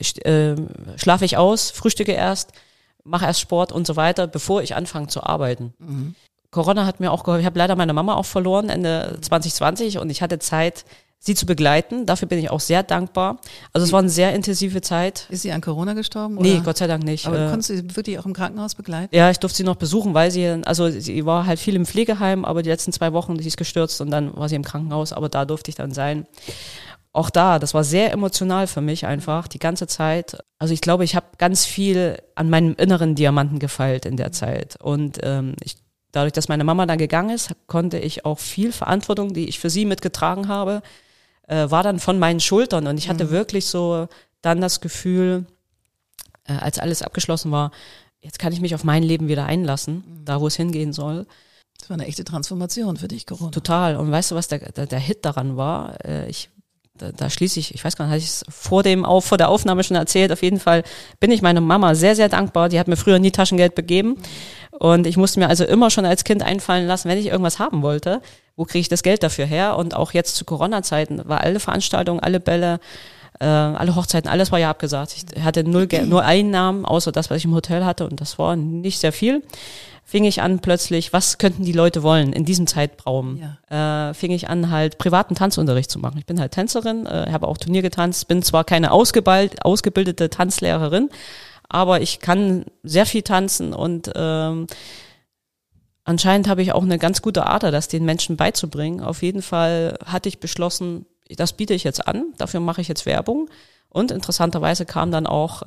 schlafe ich aus, frühstücke erst, mache erst Sport und so weiter, bevor ich anfange zu arbeiten. Corona hat mir auch geholfen. Ich habe leider meine Mama auch verloren Ende 2020 und ich hatte Zeit, sie zu begleiten. Dafür bin ich auch sehr dankbar. Also es war eine sehr intensive Zeit. Ist sie an Corona gestorben? Oder? Nee, Gott sei Dank nicht. Aber du konntest sie wirklich auch im Krankenhaus begleiten? Ja, ich durfte sie noch besuchen, weil sie war halt viel im Pflegeheim, aber die letzten 2 Wochen, sie ist gestürzt und dann war sie im Krankenhaus, aber da durfte ich dann sein. Auch das war sehr emotional für mich einfach, die ganze Zeit. Also ich glaube, ich habe ganz viel an meinem inneren Diamanten gefeilt in der Zeit und dadurch, dass meine Mama dann gegangen ist, konnte ich auch viel Verantwortung, die ich für sie mitgetragen habe, war dann von meinen Schultern und ich hatte wirklich so dann das Gefühl, als alles abgeschlossen war, jetzt kann ich mich auf mein Leben wieder einlassen, da wo es hingehen soll. Das war eine echte Transformation für dich, Corona. Total. Und weißt du, was der Hit daran war? Da schließe ich weiß gar nicht, hatte ich es vor der Aufnahme schon erzählt, auf jeden Fall bin ich meiner Mama sehr, sehr dankbar. Die hat mir früher nie Taschengeld begeben und ich musste mir also immer schon als Kind einfallen lassen, wenn ich irgendwas haben wollte, wo kriege ich das Geld dafür her? Und auch jetzt zu Corona-Zeiten war alle Veranstaltungen, alle Bälle, Alle Hochzeiten, alles war ja abgesagt. Ich hatte nur Einnahmen, außer das, was ich im Hotel hatte, und das war nicht sehr viel. Fing ich an plötzlich, was könnten die Leute wollen in diesem Zeitraum? Ja. Fing ich an, halt privaten Tanzunterricht zu machen. Ich bin halt Tänzerin, habe auch Turnier getanzt, bin zwar keine ausgebildete Tanzlehrerin, aber ich kann sehr viel tanzen und anscheinend habe ich auch eine ganz gute Ader, das den Menschen beizubringen. Auf jeden Fall hatte ich beschlossen, das biete ich jetzt an, dafür mache ich jetzt Werbung. Und interessanterweise kamen dann auch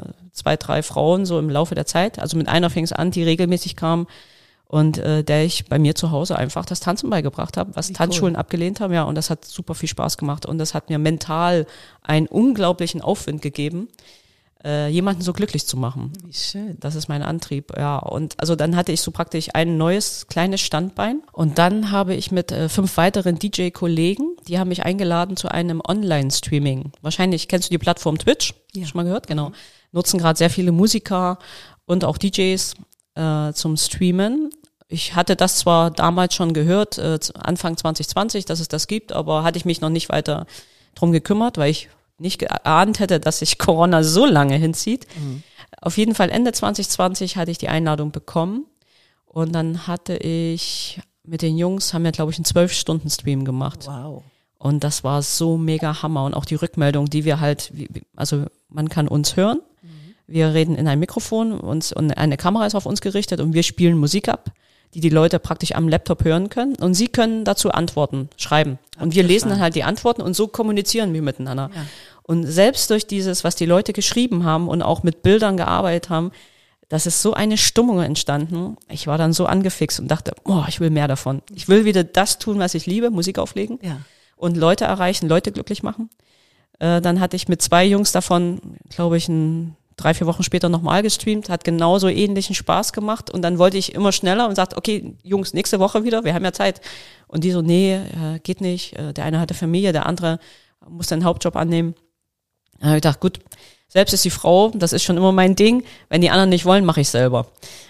2, 3 Frauen so im Laufe der Zeit. Also mit einer fing es an, die regelmäßig kam und der ich bei mir zu Hause einfach das Tanzen beigebracht habe, was Tanzschulen abgelehnt haben. Ja, und das hat super viel Spaß gemacht und das hat mir mental einen unglaublichen Aufwind gegeben, jemanden so glücklich zu machen. Wie schön. Das ist mein Antrieb, ja. Und also dann hatte ich so praktisch ein neues kleines Standbein. Und dann habe ich mit 5 weiteren DJ-Kollegen, die haben mich eingeladen zu einem Online-Streaming. Wahrscheinlich kennst du die Plattform Twitch, schon mal gehört? Genau. Nutzen gerade sehr viele Musiker und auch DJs zum Streamen. Ich hatte das zwar damals schon gehört, Anfang 2020, dass es das gibt, aber hatte ich mich noch nicht weiter drum gekümmert, weil ich nicht geahnt hätte, dass sich Corona so lange hinzieht. Mhm. Auf jeden Fall Ende 2020 hatte ich die Einladung bekommen und dann hatte ich mit den Jungs, haben wir glaube ich einen 12-Stunden-Stream gemacht. Wow. Und das war so mega Hammer und auch die Rückmeldung, die wir halt, also man kann uns hören, wir reden in ein Mikrofon und eine Kamera ist auf uns gerichtet und wir spielen Musik ab, die Leute praktisch am Laptop hören können und sie können dazu Antworten schreiben. Und wir lesen dann halt die Antworten und so kommunizieren wir miteinander. Ja. Und selbst durch dieses, was die Leute geschrieben haben und auch mit Bildern gearbeitet haben, das ist so eine Stimmung entstanden. Ich war dann so angefixt und dachte, ich will mehr davon. Ich will wieder das tun, was ich liebe, Musik auflegen und Leute erreichen, Leute glücklich machen. Dann hatte ich mit 2 Jungs davon, glaube ich, 3-4 Wochen später nochmal gestreamt, hat genauso ähnlichen Spaß gemacht und dann wollte ich immer schneller und sagte, okay, Jungs, nächste Woche wieder, wir haben ja Zeit. Und die so, nee, geht nicht. Der eine hatte Familie, der andere musste einen Hauptjob annehmen. Dann habe ich gedacht, gut, selbst ist die Frau, das ist schon immer mein Ding. Wenn die anderen nicht wollen, mache ich selber.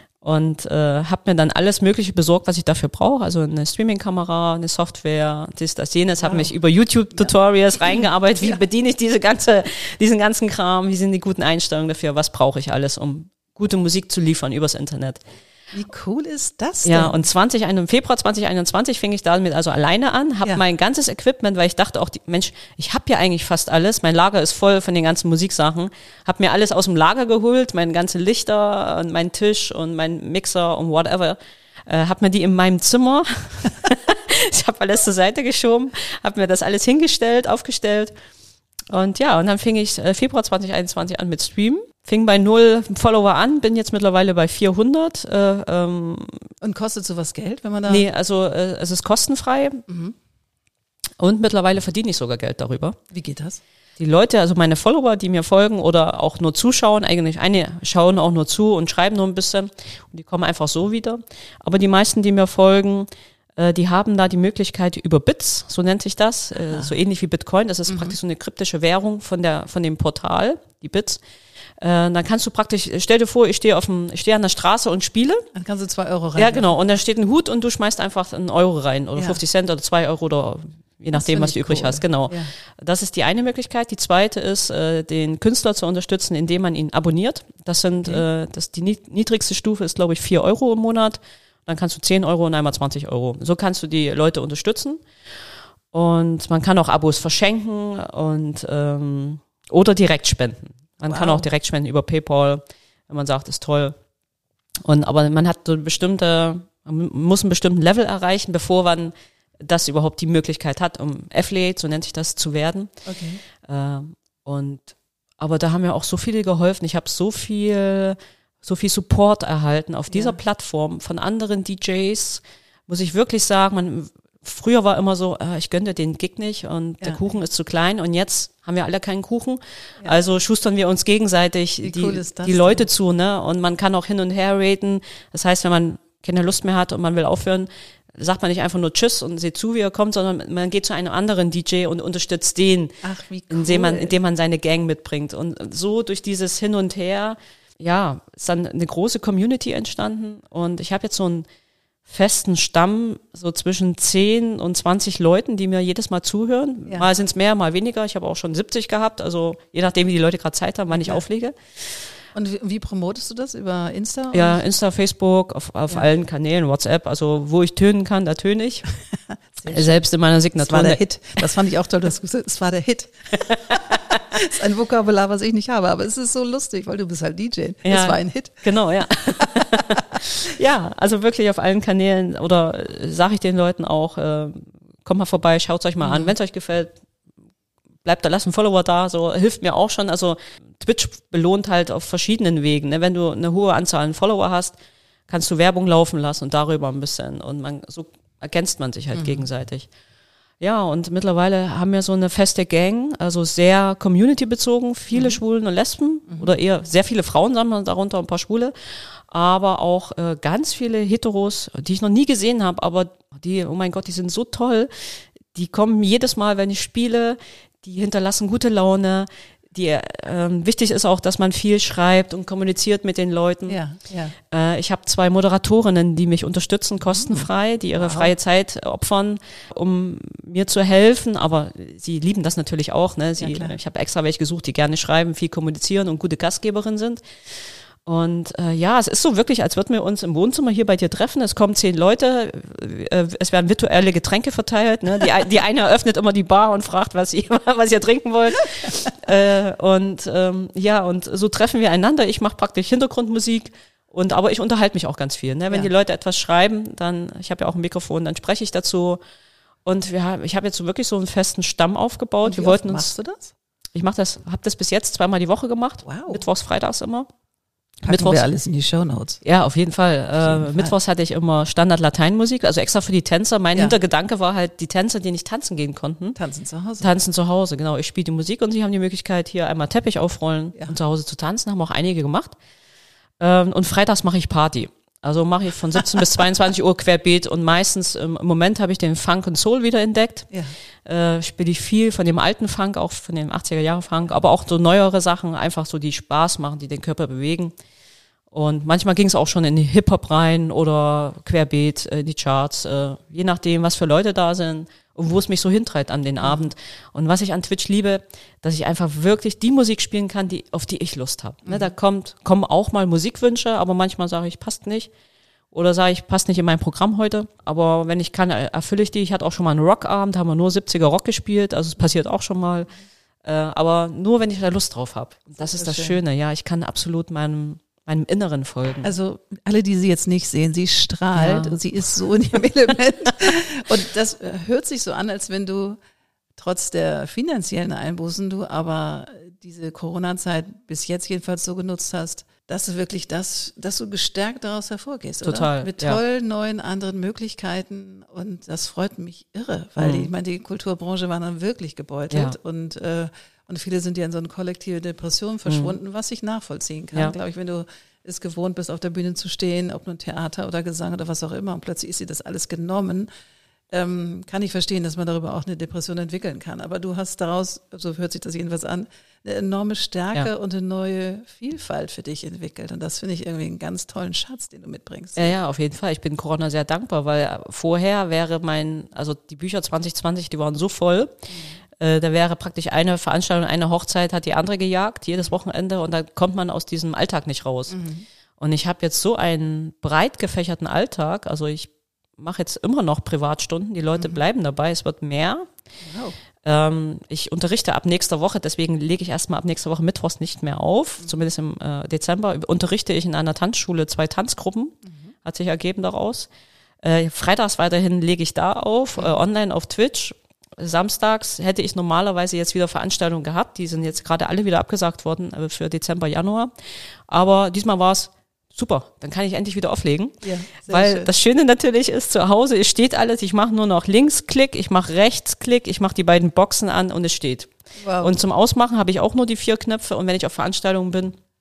Und habe mir dann alles Mögliche besorgt, was ich dafür brauche. Also eine Streaming-Kamera, eine Software, das, jenes. Habe mich über YouTube-Tutorials reingearbeitet. Wie bediene ich diesen ganzen Kram? Wie sind die guten Einstellungen dafür? Was brauche ich alles, um gute Musik zu liefern übers Internet? Wie cool ist das denn? Ja, und im Februar 2021 fing ich damit also alleine an, habe mein ganzes Equipment, weil ich dachte auch, Mensch, ich habe ja eigentlich fast alles, mein Lager ist voll von den ganzen Musiksachen, habe mir alles aus dem Lager geholt, meine ganzen Lichter und meinen Tisch und mein Mixer und whatever, habe mir die in meinem Zimmer, ich habe alles zur Seite geschoben, habe mir das alles aufgestellt und ja, und dann fing ich Februar 2021 an mit Streamen. Fing bei 0 Follower an, bin jetzt mittlerweile bei 400. Und kostet sowas Geld, wenn man da... Nee, also es ist kostenfrei und mittlerweile verdiene ich sogar Geld darüber. Wie geht das? Die Leute, also meine Follower, die mir folgen oder auch nur zuschauen, eigentlich einige schauen auch nur zu und schreiben nur ein bisschen und die kommen einfach so wieder. Aber die meisten, die mir folgen, die haben da die Möglichkeit über Bits, so nennt sich das, so ähnlich wie Bitcoin, das ist praktisch so eine kryptische Währung von dem Portal, die Bits. Dann kannst du praktisch, stell dir vor, ich stehe an der Straße und spiele. Dann kannst du 2 Euro rein. Ja, genau. Und da steht ein Hut und du schmeißt einfach 1 Euro rein oder 50 Cent oder 2 Euro oder je nachdem, was du übrig hast. Genau. Ja. Das ist die eine Möglichkeit. Die zweite ist, den Künstler zu unterstützen, indem man ihn abonniert. Das sind, die niedrigste Stufe ist, glaube ich, 4 Euro im Monat. Dann kannst du 10 Euro und einmal 20 Euro. So kannst du die Leute unterstützen. Und man kann auch Abos verschenken und oder direkt spenden. Man kann auch direkt spenden über PayPal, wenn man sagt, ist toll. Aber man hat man muss einen bestimmten Level erreichen, bevor man das überhaupt die Möglichkeit hat, um Affiliate, so nennt sich das, zu werden. Okay. Aber da haben ja auch so viele geholfen. Ich habe so viel Support erhalten auf dieser Plattform von anderen DJs, muss ich wirklich sagen. Früher war immer so, ich gönne den Gig nicht und der Kuchen ist zu klein und jetzt haben wir alle keinen Kuchen. Ja. Also schustern wir uns gegenseitig die Leute zu, ne? Und man kann auch hin und her raten. Das heißt, wenn man keine Lust mehr hat und man will aufhören, sagt man nicht einfach nur Tschüss und seht zu, wie er kommt, sondern man geht zu einem anderen DJ und unterstützt den, Ach, wie cool. indem man seine Gang mitbringt. Und so durch dieses Hin und Her, ist dann eine große Community entstanden und ich habe jetzt so ein festen Stamm, so zwischen 10 und 20 Leuten, die mir jedes Mal zuhören. Ja. Mal sind es mehr, mal weniger. Ich habe auch schon 70 gehabt, also je nachdem, wie die Leute gerade Zeit haben, wann ich auflege. Und wie promotest du das? Über Insta? Ja, Insta, Facebook, auf allen Kanälen, WhatsApp, also wo ich tönen kann, da töne ich. Selbst in meiner Signatur. Das war der Hit. Das fand ich auch toll, dass du gesagt hast, es war der Hit. Das ist ein Vokabular, was ich nicht habe, aber es ist so lustig, weil du bist halt DJ. Ja, es war ein Hit. Genau, ja. Ja, also wirklich auf allen Kanälen oder sage ich den Leuten auch, kommt mal vorbei, schaut euch mal an, wenn es euch gefällt. Bleibt da, lasst einen Follower da, so hilft mir auch schon. Also Twitch belohnt halt auf verschiedenen Wegen. Ne? Wenn du eine hohe Anzahl an Follower hast, kannst du Werbung laufen lassen und darüber ein bisschen. Und so ergänzt man sich halt gegenseitig. Ja, und mittlerweile haben wir so eine feste Gang, also sehr community-bezogen, viele Schwulen und Lesben oder eher sehr viele Frauen, sagen wir darunter, ein paar Schwule, aber auch ganz viele Heteros, die ich noch nie gesehen habe, aber die, oh mein Gott, die sind so toll. Die kommen jedes Mal, wenn ich spiele, die hinterlassen gute Laune. Wichtig ist auch, dass man viel schreibt und kommuniziert mit den Leuten. Ja. Ich habe 2 Moderatorinnen, die mich unterstützen, kostenfrei, die ihre freie Zeit opfern, um mir zu helfen. Aber sie lieben das natürlich auch. Ne? Ich habe extra welche gesucht, die gerne schreiben, viel kommunizieren und gute Gastgeberin sind. Und es ist so wirklich, als würden wir uns im Wohnzimmer hier bei dir treffen. Es kommen 10 Leute, es werden virtuelle Getränke verteilt. Ne? Die eine eröffnet immer die Bar und fragt, was ihr trinken wollt. Und so treffen wir einander. Ich mache praktisch Hintergrundmusik, aber ich unterhalte mich auch ganz viel. Ne? Wenn die Leute etwas schreiben, ich habe ja auch ein Mikrofon, dann spreche ich dazu. Und ich habe jetzt so wirklich so einen festen Stamm aufgebaut. Und wie oft machst du das? Ich habe das bis jetzt 2-mal die Woche gemacht. Wow. Mittwochs, freitags immer. Packen wir alles in die Shownotes. Ja, auf jeden Fall. Mittwochs hatte ich immer Standard-Lateinmusik, also extra für die Tänzer. Mein Hintergedanke war halt, die Tänzer, die nicht tanzen gehen konnten. Tanzen zu Hause, genau. Ich spiele die Musik und sie haben die Möglichkeit, hier einmal Teppich aufrollen und zu Hause zu tanzen. Haben auch einige gemacht. Und freitags mache ich Party. Also mache ich von 17 bis 22 Uhr querbeet und meistens im Moment habe ich den Funk und Soul wieder entdeckt. Ja. Spiele ich viel von dem alten Funk, auch von dem 80er-Jahre-Funk, aber auch so neuere Sachen, einfach so, die Spaß machen, die den Körper bewegen. Und manchmal ging es auch schon in die Hip-Hop rein oder querbeet in die Charts, je nachdem, was für Leute da sind und wo es mich so hintreibt an den Abend. Und was ich an Twitch liebe, dass ich einfach wirklich die Musik spielen kann, auf die ich Lust habe. Ne, da kommen auch mal Musikwünsche, aber manchmal sage ich, passt nicht. Oder sage ich, passt nicht in mein Programm heute. Aber wenn ich kann, erfülle ich die. Ich hatte auch schon mal einen Rockabend, haben wir nur 70er Rock gespielt, also es passiert auch schon mal. Aber nur, wenn ich da Lust drauf habe. Das ist das Schöne, ja. Ich kann absolut meinem Inneren folgen. Also alle, die sie jetzt nicht sehen, sie strahlt und sie ist so in ihrem Element. Und das hört sich so an, als wenn du trotz der finanziellen Einbußen, du aber diese Corona-Zeit bis jetzt jedenfalls so genutzt hast, dass du wirklich dass du gestärkt daraus hervorgehst. Total. Oder? Mit tollen, neuen, anderen Möglichkeiten. Und das freut mich irre, weil ich meine, die Kulturbranche war dann wirklich gebeutelt und viele sind ja in so eine kollektive Depression verschwunden, was ich nachvollziehen kann. Glaube ich, wenn du es gewohnt bist, auf der Bühne zu stehen, ob nun Theater oder Gesang oder was auch immer, und plötzlich ist dir das alles genommen, kann ich verstehen, dass man darüber auch eine Depression entwickeln kann. Aber du hast daraus, so hört sich das jedenfalls an, eine enorme Stärke und eine neue Vielfalt für dich entwickelt. Und das finde ich irgendwie einen ganz tollen Schatz, den du mitbringst. Ja, auf jeden Fall. Ich bin Corona sehr dankbar, weil vorher wäre die Bücher 2020, die waren so voll, da wäre praktisch eine Veranstaltung, eine Hochzeit hat die andere gejagt, jedes Wochenende, und da kommt man aus diesem Alltag nicht raus. Und ich habe jetzt so einen breit gefächerten Alltag, also ich mache jetzt immer noch Privatstunden, die Leute bleiben dabei, es wird mehr. Wow. Ich unterrichte ab nächster Woche, deswegen lege ich erstmal ab nächster Woche mittwochs nicht mehr auf, zumindest im Dezember unterrichte ich in einer Tanzschule 2 Tanzgruppen, hat sich ergeben daraus. Freitags weiterhin lege ich da auf, online auf Twitch. Samstags hätte ich normalerweise jetzt wieder Veranstaltungen gehabt, die sind jetzt gerade alle wieder abgesagt worden für Dezember, Januar. Aber diesmal war es super, dann kann ich endlich wieder auflegen, weil schön. Das Schöne natürlich ist, zu Hause, es steht alles, ich mache nur noch Linksklick, ich mache Rechtsklick, ich mache die beiden Boxen an und es steht. Wow. Und zum Ausmachen habe ich auch nur die 4 Knöpfe, und wenn ich auf Veranstaltungen bin,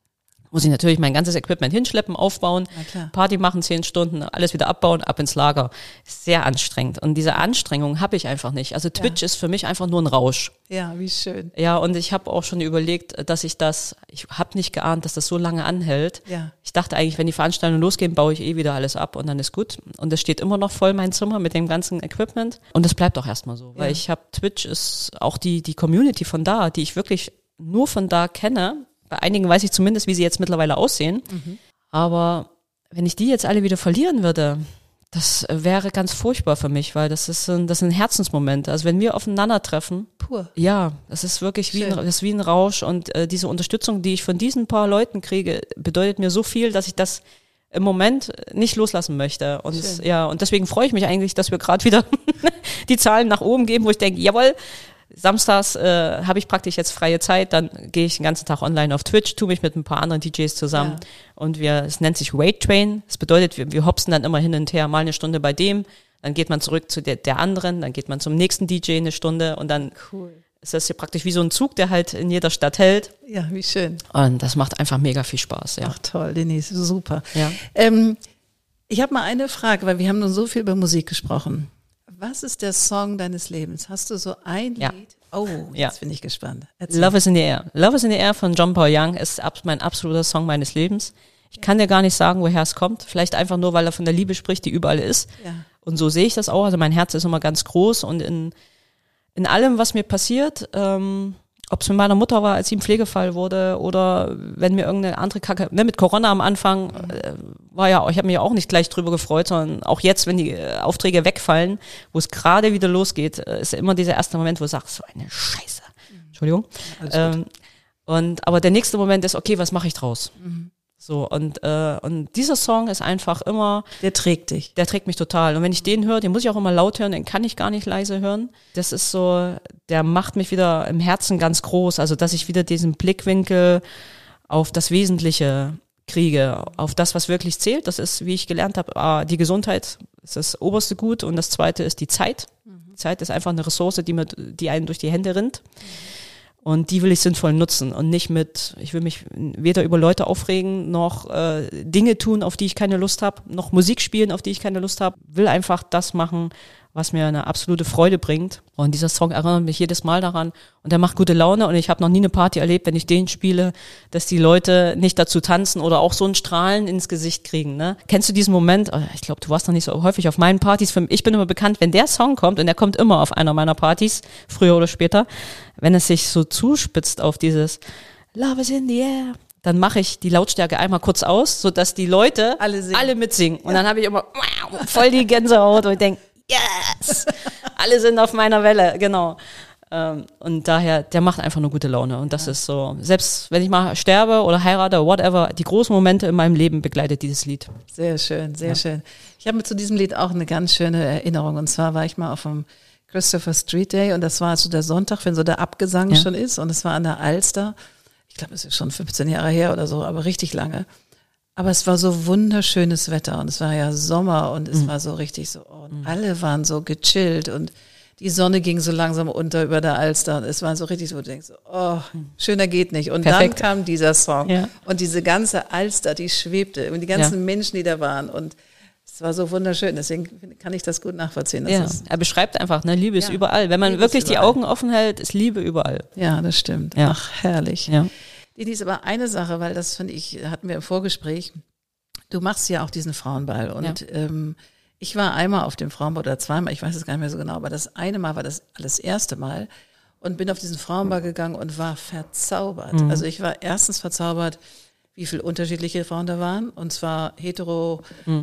muss ich natürlich mein ganzes Equipment hinschleppen, aufbauen, Party machen 10 Stunden, alles wieder abbauen, ab ins Lager. Sehr anstrengend. Und diese Anstrengung habe ich einfach nicht. Also Twitch ist für mich einfach nur ein Rausch. Ja, wie schön. Ja, und ich habe auch schon überlegt, dass ich habe nicht geahnt, dass das so lange anhält. Ja. Ich dachte eigentlich, wenn die Veranstaltungen losgehen, baue ich wieder alles ab und dann ist gut. Und es steht immer noch voll mein Zimmer mit dem ganzen Equipment. Und das bleibt auch erstmal so, weil Twitch ist auch die Community von da, die ich wirklich nur von da kenne. Bei einigen weiß ich zumindest, wie sie jetzt mittlerweile aussehen. Aber wenn ich die jetzt alle wieder verlieren würde, das wäre ganz furchtbar für mich, weil das ist ein Herzensmoment. Also wenn wir aufeinandertreffen, pur. Ja, das ist wirklich wie ein Rausch und diese Unterstützung, die ich von diesen paar Leuten kriege, bedeutet mir so viel, dass ich das im Moment nicht loslassen möchte. Und und deswegen freue ich mich eigentlich, dass wir gerade wieder die Zahlen nach oben geben, wo ich denke, jawohl, samstags habe ich praktisch jetzt freie Zeit, dann gehe ich den ganzen Tag online auf Twitch, tue mich mit ein paar anderen DJs zusammen und es nennt sich Wait Train. Das bedeutet, wir hopsen dann immer hin und her, mal eine Stunde bei dem, dann geht man zurück zu der anderen, dann geht man zum nächsten DJ eine Stunde und dann ist das hier praktisch wie so ein Zug, der halt in jeder Stadt hält. Ja, wie schön. Und das macht einfach mega viel Spaß. Ja. Ach toll, Denise, super. Ja. Ich habe mal eine Frage, weil wir haben nun so viel über Musik gesprochen. Was ist der Song deines Lebens? Hast du so ein Lied? Oh, jetzt bin ich gespannt. Erzähl. Love is in the Air. Love is in the Air von John Paul Young ist mein absoluter Song meines Lebens. Ich kann dir gar nicht sagen, woher es kommt. Vielleicht einfach nur, weil er von der Liebe spricht, die überall ist. Ja. Und so sehe ich das auch. Also mein Herz ist immer ganz groß und in allem, was mir passiert, ob es mit meiner Mutter war, als sie im Pflegefall wurde oder wenn mir irgendeine andere Kacke, mit Corona am Anfang ich habe mich auch nicht gleich drüber gefreut, sondern auch jetzt, wenn die Aufträge wegfallen, wo es gerade wieder losgeht, ist immer dieser erste Moment, wo du sagst, so eine Scheiße. Entschuldigung. Aber der nächste Moment ist, okay, was mache ich draus? So, und dieser Song ist einfach immer... Der trägt dich. Der trägt mich total. Und wenn ich den höre, den muss ich auch immer laut hören, den kann ich gar nicht leise hören. Das ist so, der macht mich wieder im Herzen ganz groß. Also, dass ich wieder diesen Blickwinkel auf das Wesentliche kriege, auf das, was wirklich zählt. Das ist, wie ich gelernt habe, die Gesundheit ist das oberste Gut und das zweite ist die Zeit. Die Zeit ist einfach eine Ressource, die einen durch die Hände rinnt. Und die will ich sinnvoll nutzen und nicht ich will mich weder über Leute aufregen, noch Dinge tun, auf die ich keine Lust habe, noch Musik spielen, auf die ich keine Lust habe. Will einfach das machen, was mir eine absolute Freude bringt. Und dieser Song erinnert mich jedes Mal daran und der macht gute Laune und ich habe noch nie eine Party erlebt, wenn ich den spiele, dass die Leute nicht dazu tanzen oder auch so ein Strahlen ins Gesicht kriegen. Ne? Kennst du diesen Moment? Ich glaube, du warst noch nicht so häufig auf meinen Partys. Ich bin immer bekannt, wenn der Song kommt und der kommt immer auf einer meiner Partys, früher oder später, wenn es sich so zuspitzt auf dieses Love is in the air, dann mache ich die Lautstärke einmal kurz aus, sodass die Leute alle mitsingen. Und dann habe ich immer voll die Gänsehaut und ich denke, yes, alle sind auf meiner Welle, genau. Und daher, der macht einfach nur gute Laune. Und das ist so, selbst wenn ich mal sterbe oder heirate, whatever, die großen Momente in meinem Leben begleitet dieses Lied. Sehr schön, sehr schön. Ich habe mir zu diesem Lied auch eine ganz schöne Erinnerung. Und zwar war ich mal auf dem Christopher Street Day und das war so der Sonntag, wenn so der Abgesang schon ist. Und es war an der Alster. Ich glaube, es ist schon 15 Jahre her oder so, aber richtig lange. Aber es war so wunderschönes Wetter und es war ja Sommer und es war so richtig so, und alle waren so gechillt und die Sonne ging so langsam unter über der Alster und es war so richtig so, du denkst so, oh, schöner geht nicht. Und perfekt. Dann kam dieser Song und diese ganze Alster, die schwebte und die ganzen Menschen, die da waren und es war so wunderschön, deswegen kann ich das gut nachvollziehen. Er beschreibt einfach, ne, Liebe ist überall. Wenn man Liebe wirklich die Augen offen hält, ist Liebe überall. Ja, das stimmt. Ja. Ach, herrlich. Ja. Denise, aber eine Sache, weil das finde ich, hatten wir im Vorgespräch, du machst ja auch diesen Frauenball und ich war einmal auf dem Frauenball oder zweimal, ich weiß es gar nicht mehr so genau, aber das eine Mal war das erste Mal und bin auf diesen Frauenball gegangen und war verzaubert. Also ich war erstens verzaubert, wie viele unterschiedliche Frauen da waren und zwar hetero,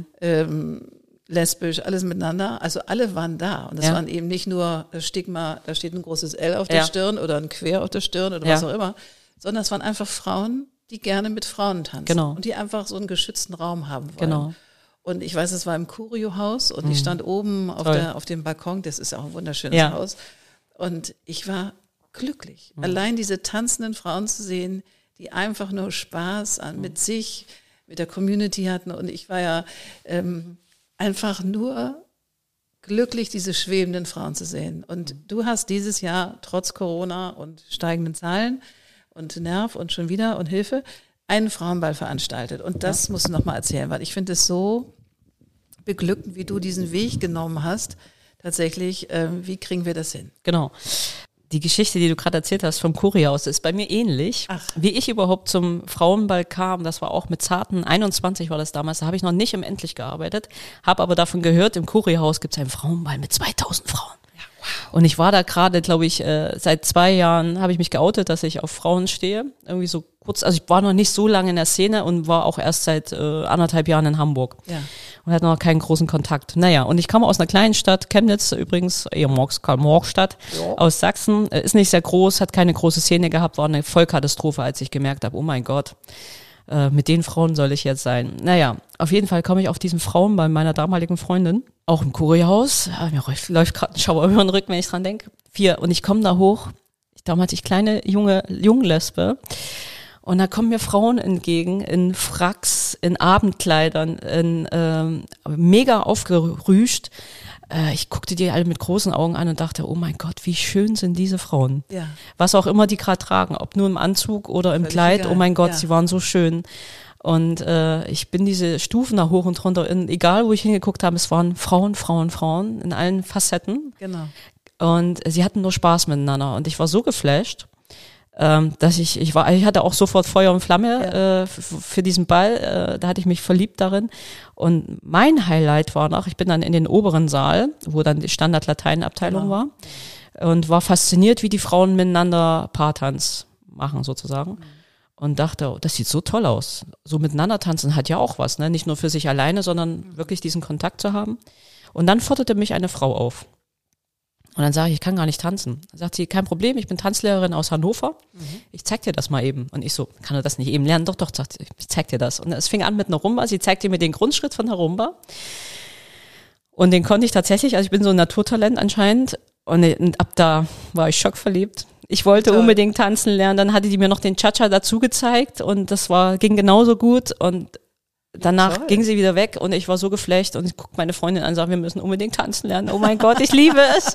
lesbisch, alles miteinander. Also alle waren da und es waren eben nicht nur das Stigma, da steht ein großes L auf der Stirn oder ein Quer auf der Stirn oder was auch immer, sondern es waren einfach Frauen, die gerne mit Frauen tanzen und die einfach so einen geschützten Raum haben wollen. Genau. Und ich weiß, es war im Curio-Haus und ich stand oben auf dem Balkon, das ist auch ein wunderschönes Haus und ich war glücklich. Allein diese tanzenden Frauen zu sehen, die einfach nur Spaß mit sich, mit der Community hatten und ich war ja einfach nur glücklich, diese schwebenden Frauen zu sehen. Und du hast dieses Jahr trotz Corona und steigenden Zahlen und Nerv und schon wieder und Hilfe, einen Frauenball veranstaltet. Und das musst du nochmal erzählen, weil ich finde es so beglückend, wie du diesen Weg genommen hast. Tatsächlich, wie kriegen wir das hin? Genau. Die Geschichte, die du gerade erzählt hast vom Kurihaus, ist bei mir ähnlich. Ach. Wie ich überhaupt zum Frauenball kam, das war auch mit zarten 21 war das damals, da habe ich noch nicht im Endlich gearbeitet, habe aber davon gehört, im Kurihaus gibt es einen Frauenball mit 2000 Frauen. Und ich war da gerade, glaube ich, seit 2 Jahren habe ich mich geoutet, dass ich auf Frauen stehe. Irgendwie so kurz, also ich war noch nicht so lange in der Szene und war auch erst seit 1,5 Jahren in Hamburg. Ja. Und hatte noch keinen großen Kontakt. Naja, und ich komme aus einer kleinen Stadt, Chemnitz übrigens, Karl-Marx-Stadt, aus Sachsen. Ist nicht sehr groß, hat keine große Szene gehabt, war eine Vollkatastrophe, als ich gemerkt habe, oh mein Gott, mit den Frauen soll ich jetzt sein. Naja, auf jeden Fall komme ich auf diesen Frauenball meiner damaligen Freundin, auch im Kurihaus. Mir läuft gerade ein Schauer über den Rücken, wenn ich dran denke. 4. Und ich komme da hoch, damals ich kleine, Junglesbe. Und da kommen mir Frauen entgegen in Fracks, in Abendkleidern, mega aufgerüscht. Ich guckte die alle mit großen Augen an und dachte, oh mein Gott, wie schön sind diese Frauen. Ja. Was auch immer die gerade tragen, ob nur im Anzug oder im Kleid, egal. Oh mein Gott, sie waren so schön. Und ich bin diese Stufen da hoch und runter, egal wo ich hingeguckt habe, es waren Frauen in allen Facetten. Genau. Und sie hatten nur Spaß miteinander und ich war so geflasht, dass ich hatte auch sofort Feuer und Flamme für diesen Ball, da hatte ich mich verliebt darin. Und mein Highlight war noch, ich bin dann in den oberen Saal, wo dann die Standard-Lateinabteilung war und war fasziniert, wie die Frauen miteinander Paartanz machen sozusagen. Und dachte, oh, das sieht so toll aus. So miteinander tanzen hat ja auch was, ne? Nicht nur für sich alleine, sondern wirklich diesen Kontakt zu haben. Und dann forderte mich eine Frau auf. Und dann sage ich kann gar nicht tanzen. Dann sagt sie, kein Problem, ich bin Tanzlehrerin aus Hannover. Ich zeig dir das mal eben. Und ich so, kann er das nicht eben lernen? Doch, sagt sie, ich zeig dir das. Und es fing an mit einer Rumba. Sie zeigte mir den Grundschritt von der Rumba. Und den konnte ich tatsächlich, also ich bin so ein Naturtalent anscheinend. Und ab da war ich schockverliebt. Ich wollte unbedingt tanzen lernen. Dann hatte die mir noch den Cha-Cha dazu gezeigt. Und das ging genauso gut. Und danach ging sie wieder weg und ich war so geflecht und ich guck meine Freundin an und sage, wir müssen unbedingt tanzen lernen. Oh mein Gott, ich liebe es.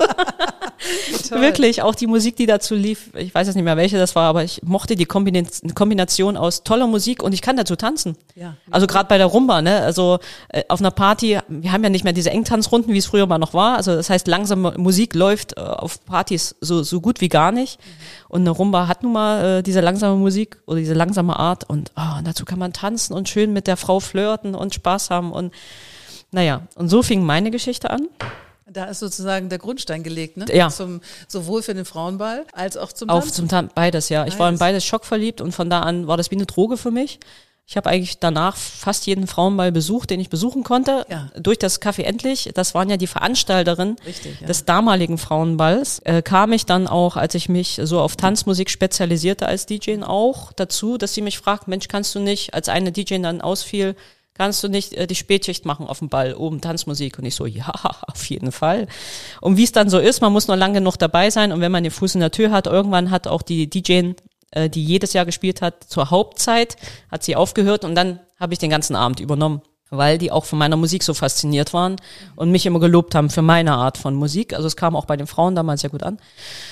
Wirklich, auch die Musik, die dazu lief, ich weiß jetzt nicht mehr, welche das war, aber ich mochte die Kombination aus toller Musik und ich kann dazu tanzen. Ja. Also gerade bei der Rumba, ne? Also auf einer Party, wir haben ja nicht mehr diese Engtanzrunden, wie es früher mal noch war. Also das heißt, langsame Musik läuft auf Partys so gut wie gar nicht. Und eine Rumba hat nun mal diese langsame Musik oder diese langsame Art und dazu kann man tanzen und schön mit der Frau flirten und Spaß haben und naja, und so fing meine Geschichte an. Da ist sozusagen der Grundstein gelegt, ne? Ja. Sowohl für den Frauenball als auch zum Tanzen. Beides, ja. Ich war in beides schockverliebt und von da an war das wie eine Droge für mich. Ich habe eigentlich danach fast jeden Frauenball besucht, den ich besuchen konnte. Ja. Durch das Café Endlich, das waren ja die Veranstalterinnen des damaligen Frauenballs, kam ich dann auch, als ich mich so auf Tanzmusik spezialisierte als DJ auch dazu, dass sie mich fragt, Mensch, kannst du nicht, als eine DJ dann ausfiel, kannst du nicht die Spätschicht machen auf dem Ball, oben Tanzmusik? Und ich so, ja, auf jeden Fall. Und wie es dann so ist, man muss nur lange genug dabei sein und wenn man den Fuß in der Tür hat, irgendwann hat auch die DJ, die jedes Jahr gespielt hat, zur Hauptzeit, hat sie aufgehört und dann habe ich den ganzen Abend übernommen, weil die auch von meiner Musik so fasziniert waren und mich immer gelobt haben für meine Art von Musik. Also es kam auch bei den Frauen damals sehr gut an.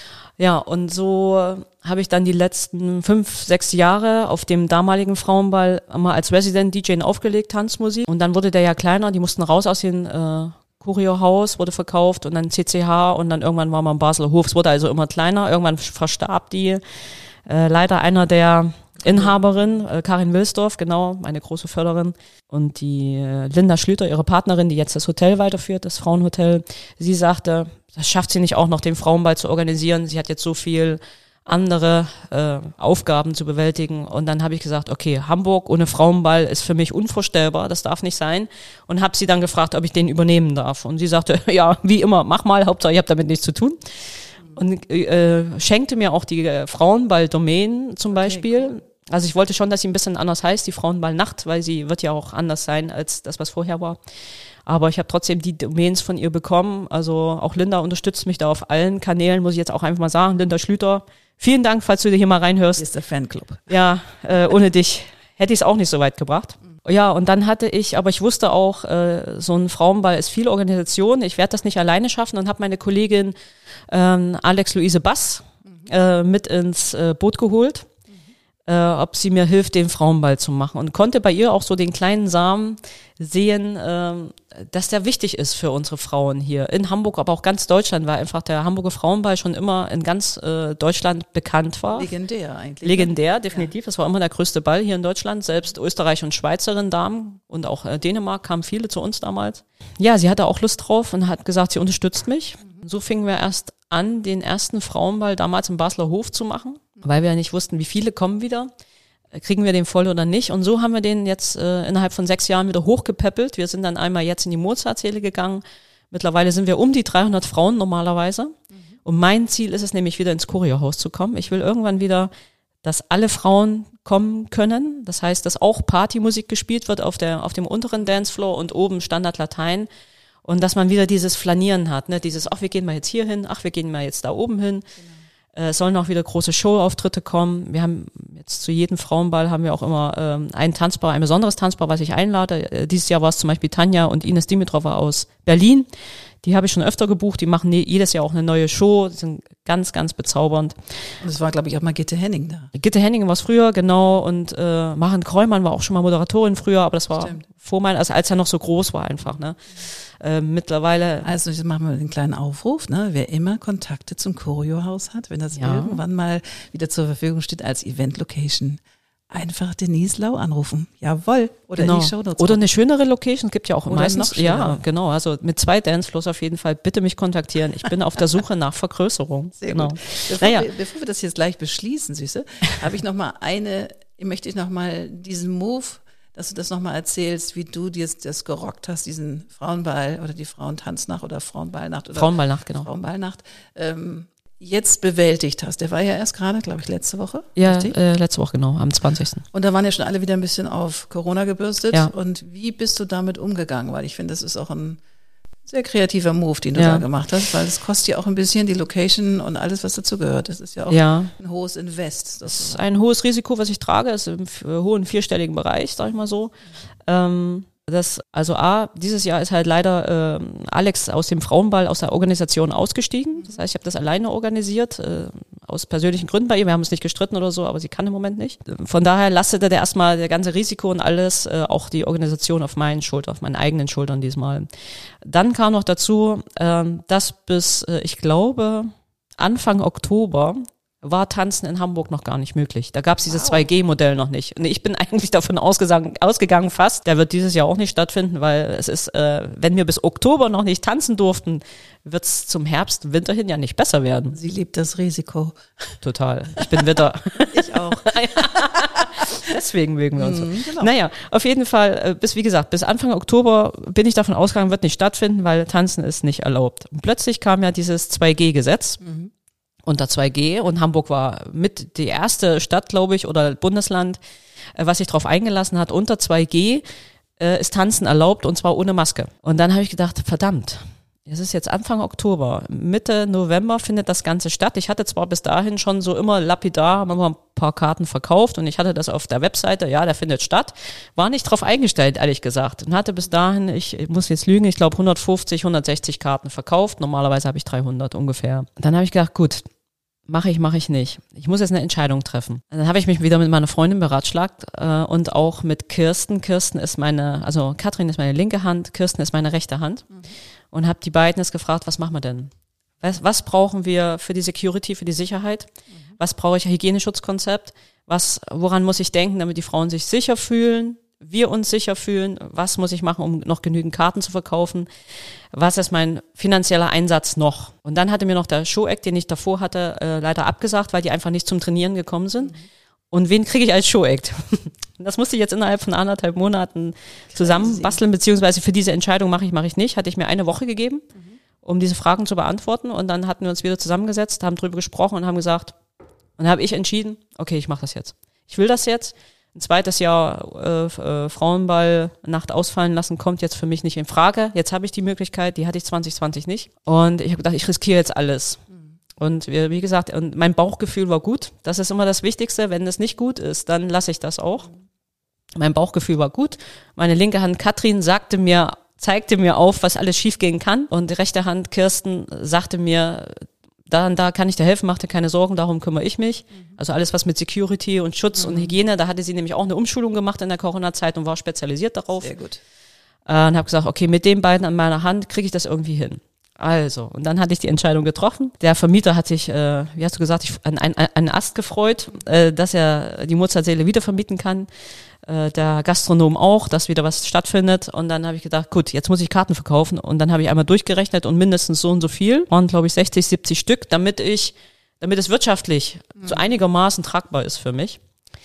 Ja, und so habe ich dann die letzten 5, 6 Jahre auf dem damaligen Frauenball mal als Resident DJ aufgelegt, Tanzmusik. Und dann wurde der ja kleiner, die mussten raus aus dem Kurio-Haus, wurde verkauft und dann CCH und dann irgendwann war man im Basler Hof. Es wurde also immer kleiner, irgendwann verstarb die. Leider einer der Inhaberin, Karin Wilsdorf, genau, meine große Förderin, und die Linda Schlüter, ihre Partnerin, die jetzt das Hotel weiterführt, das Frauenhotel, sie sagte, das schafft sie nicht auch noch, den Frauenball zu organisieren. Sie hat jetzt so viel andere Aufgaben zu bewältigen. Und dann habe ich gesagt, okay, Hamburg ohne Frauenball ist für mich unvorstellbar, das darf nicht sein. Und habe sie dann gefragt, ob ich den übernehmen darf. Und sie sagte, ja, wie immer, mach mal, Hauptsache ich habe damit nichts zu tun. Und schenkte mir auch die Frauenball-Domain zum Beispiel. Cool. Also ich wollte schon, dass sie ein bisschen anders heißt, die Frauenball-Nacht, weil sie wird ja auch anders sein als das, was vorher war. Aber ich habe trotzdem die Domains von ihr bekommen. Also auch Linda unterstützt mich da auf allen Kanälen, muss ich jetzt auch einfach mal sagen. Linda Schlüter, vielen Dank, falls du dir hier mal reinhörst. Hier ist der Fanclub. Ja, ohne dich hätte ich es auch nicht so weit gebracht. Ja, und dann hatte ich, aber ich wusste auch, so ein Frauenball ist viel Organisation. Ich werde das nicht alleine schaffen und habe meine Kollegin Alex-Luise Bass mit ins Boot geholt. ob sie mir hilft, den Frauenball zu machen. Und konnte bei ihr auch so den kleinen Samen sehen, dass der wichtig ist für unsere Frauen hier in Hamburg, aber auch ganz Deutschland, weil einfach der Hamburger Frauenball schon immer in ganz Deutschland bekannt war. Legendär eigentlich. Legendär, definitiv. Das war immer der größte Ball hier in Deutschland. Selbst Österreich und Schweizerin Damen und auch Dänemark kamen viele zu uns damals. Ja, sie hatte auch Lust drauf und hat gesagt, sie unterstützt mich. So fingen wir erst an, den ersten Frauenball damals im Basler Hof zu machen, weil wir ja nicht wussten, wie viele kommen wieder. Kriegen wir den voll oder nicht? Und so haben wir den jetzt innerhalb von 6 Jahren wieder hochgepäppelt. Wir sind dann einmal jetzt in die Mozartsäle gegangen. Mittlerweile sind wir um die 300 Frauen normalerweise. Und mein Ziel ist es nämlich, wieder ins Choreohaus zu kommen. Ich will irgendwann wieder, dass alle Frauen kommen können. Das heißt, dass auch Partymusik gespielt wird auf dem unteren Dancefloor und oben Standard Latein. Und dass man wieder dieses Flanieren hat, ne? Dieses, ach, wir gehen mal jetzt hier hin, ach, wir gehen mal jetzt da oben hin. Genau. Sollen auch wieder große Showauftritte kommen. Wir haben jetzt zu jedem Frauenball haben wir auch immer ein Tanzpaar, ein besonderes Tanzpaar, was ich einlade. Dieses Jahr war es zum Beispiel Tanja und Ines Dimitrova aus Berlin. Die habe ich schon öfter gebucht. Die machen jedes Jahr auch eine neue Show. Die sind ganz, ganz bezaubernd. Und es war, glaube ich, auch mal Gitte Henning da. Gitte Henning war es früher, genau. Und Maren Kreumann war auch schon mal Moderatorin früher, aber das war vor meiner, also als er noch so groß war einfach, ne? Mittlerweile. Also jetzt machen wir den kleinen Aufruf, ne? Wer immer Kontakte zum Choreohaus hat, wenn das irgendwann mal wieder zur Verfügung steht als Event-Location, einfach Denise Lau anrufen. Jawohl. Oder in die Shownotes. Oder eine schönere Location, gibt ja auch oder meistens. Ja, genau. Also mit 2 Dancefloors auf jeden Fall. Bitte mich kontaktieren. Ich bin auf der Suche nach Vergrößerung. Sehr gut. Bevor wir das jetzt gleich beschließen, Süße, möchte ich noch mal diesen Move, dass du das nochmal erzählst, wie du dir das gerockt hast, diesen Frauenball oder die Frauentanznacht oder Frauenballnacht. Oder Frauenballnacht, genau. Frauenballnacht, jetzt bewältigt hast. Der war ja erst gerade, glaube ich, letzte Woche. Ja, letzte Woche, genau, am 20. Und da waren ja schon alle wieder ein bisschen auf Corona gebürstet. Ja. Und wie bist du damit umgegangen? Weil ich finde, das ist auch ein sehr kreativer Move, den du da gemacht hast, weil es kostet ja auch ein bisschen die Location und alles, was dazu gehört. Das ist ja auch ein hohes Invest. Das ist ein hohes Risiko, was ich trage, ist im hohen 4-stelligen Bereich, sag ich mal so. Dieses Jahr ist halt leider Alex aus dem Frauenball, aus der Organisation ausgestiegen. Das heißt, ich habe das alleine organisiert, aus persönlichen Gründen bei ihr. Wir haben uns nicht gestritten oder so, aber sie kann im Moment nicht. Von daher lastete der erstmal der ganze Risiko und alles, auch die Organisation auf meinen Schultern, auf meinen eigenen Schultern diesmal. Dann kam noch dazu, dass bis, ich glaube, Anfang Oktober war Tanzen in Hamburg noch gar nicht möglich. Da gab es dieses 2G-Modell noch nicht. Und ich bin eigentlich davon ausgegangen fast, der wird dieses Jahr auch nicht stattfinden, weil es ist, wenn wir bis Oktober noch nicht tanzen durften, wird es zum Herbst, Winter hin ja nicht besser werden. Sie liebt das Risiko. Total. Ich bin Witter. Ich auch. Deswegen mögen wir uns. Genau. Naja, auf jeden Fall, bis Anfang Oktober bin ich davon ausgegangen, wird nicht stattfinden, weil Tanzen ist nicht erlaubt. Und plötzlich kam ja dieses 2G-Gesetz. Unter 2G und Hamburg war mit die erste Stadt, glaube ich, oder Bundesland, was sich darauf eingelassen hat, unter 2G ist Tanzen erlaubt und zwar ohne Maske. Und dann habe ich gedacht, verdammt, es ist jetzt Anfang Oktober, Mitte November findet das Ganze statt. Ich hatte zwar bis dahin schon so immer lapidar, haben wir ein paar Karten verkauft und ich hatte das auf der Webseite, ja, der findet statt, war nicht drauf eingestellt, ehrlich gesagt. Und hatte bis dahin, ich muss jetzt lügen, ich glaube 150, 160 Karten verkauft, normalerweise habe ich 300 ungefähr. Und dann habe ich gedacht, gut, mache ich nicht. Ich muss jetzt eine Entscheidung treffen. Und dann habe ich mich wieder mit meiner Freundin beratschlagt und auch mit Kirsten. Katrin ist meine linke Hand, Kirsten ist meine rechte Hand. Und habe die beiden jetzt gefragt, was machen wir denn? Was brauchen wir für die Security, für die Sicherheit? Was brauche ich, Hygieneschutzkonzept? Woran muss ich denken, damit die Frauen sich sicher fühlen? Wir uns sicher fühlen, was muss ich machen, um noch genügend Karten zu verkaufen, was ist mein finanzieller Einsatz noch. Und dann hatte mir noch der Show-Act, den ich davor hatte, leider abgesagt, weil die einfach nicht zum Trainieren gekommen sind. Und wen kriege ich als Show-Act? Das musste ich jetzt innerhalb von 1,5 Monaten zusammenbasteln, beziehungsweise für diese Entscheidung mache ich nicht. Hatte ich mir eine Woche gegeben, um diese Fragen zu beantworten. Und dann hatten wir uns wieder zusammengesetzt, haben drüber gesprochen und haben gesagt, und dann habe ich entschieden, okay, ich mache das jetzt. Ich will das jetzt. Ein zweites Jahr Frauenball-Nacht ausfallen lassen, kommt jetzt für mich nicht in Frage. Jetzt habe ich die Möglichkeit, die hatte ich 2020 nicht. Und ich habe gedacht, ich riskiere jetzt alles. Und wie gesagt, und mein Bauchgefühl war gut. Das ist immer das Wichtigste. Wenn es nicht gut ist, dann lasse ich das auch. Mein Bauchgefühl war gut. Meine linke Hand Katrin zeigte mir auf, was alles schiefgehen kann. Und die rechte Hand Kirsten sagte mir, Da kann ich dir helfen, mach dir keine Sorgen, darum kümmere ich mich. Also alles, was mit Security und Schutz und Hygiene, da hatte sie nämlich auch eine Umschulung gemacht in der Corona-Zeit und war spezialisiert darauf. Sehr gut. Und habe gesagt, okay, mit den beiden an meiner Hand kriege ich das irgendwie hin. Also, und dann hatte ich die Entscheidung getroffen. Der Vermieter hat sich, wie hast du gesagt, an einen Ast gefreut, dass er die Mozartsäle wieder vermieten kann. Der Gastronom auch, dass wieder was stattfindet. Und dann habe ich gedacht, gut, jetzt muss ich Karten verkaufen. Und dann habe ich einmal durchgerechnet und mindestens so und so viel, waren glaube ich 60, 70 Stück, damit es wirtschaftlich so einigermaßen tragbar ist für mich.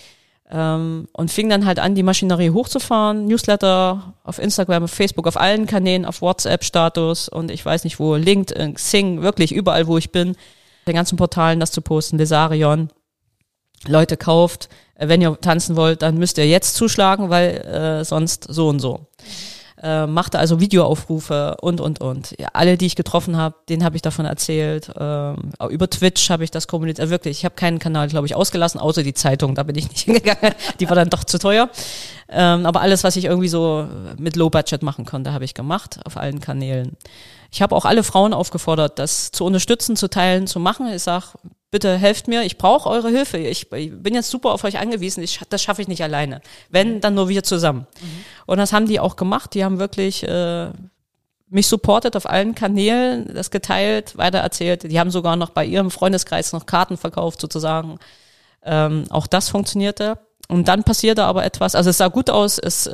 Und fing dann halt an, die Maschinerie hochzufahren, Newsletter auf Instagram, auf Facebook, auf allen Kanälen, auf WhatsApp-Status und ich weiß nicht wo, LinkedIn, Xing, wirklich überall, wo ich bin, den ganzen Portalen das zu posten, Lesarion. Leute, kauft, wenn ihr tanzen wollt, dann müsst ihr jetzt zuschlagen, weil sonst so und so. Machte also Videoaufrufe und. Ja, alle, die ich getroffen habe, denen habe ich davon erzählt. Über Twitch habe ich das kommuniziert. Wirklich, ich habe keinen Kanal, glaube ich, ausgelassen, außer die Zeitung, da bin ich nicht hingegangen. Die war dann doch zu teuer. Aber alles, was ich irgendwie so mit Low Budget machen konnte, habe ich gemacht auf allen Kanälen. Ich habe auch alle Frauen aufgefordert, das zu unterstützen, zu teilen, zu machen. Ich sage, bitte helft mir, ich brauche eure Hilfe. Ich bin jetzt super auf euch angewiesen, das schaffe ich nicht alleine. Wenn, dann nur wir zusammen. Und das haben die auch gemacht. Die haben wirklich mich supportet auf allen Kanälen, das geteilt, weitererzählt. Die haben sogar noch bei ihrem Freundeskreis noch Karten verkauft sozusagen. Auch das funktionierte. Und dann passierte aber etwas, also es sah gut aus, es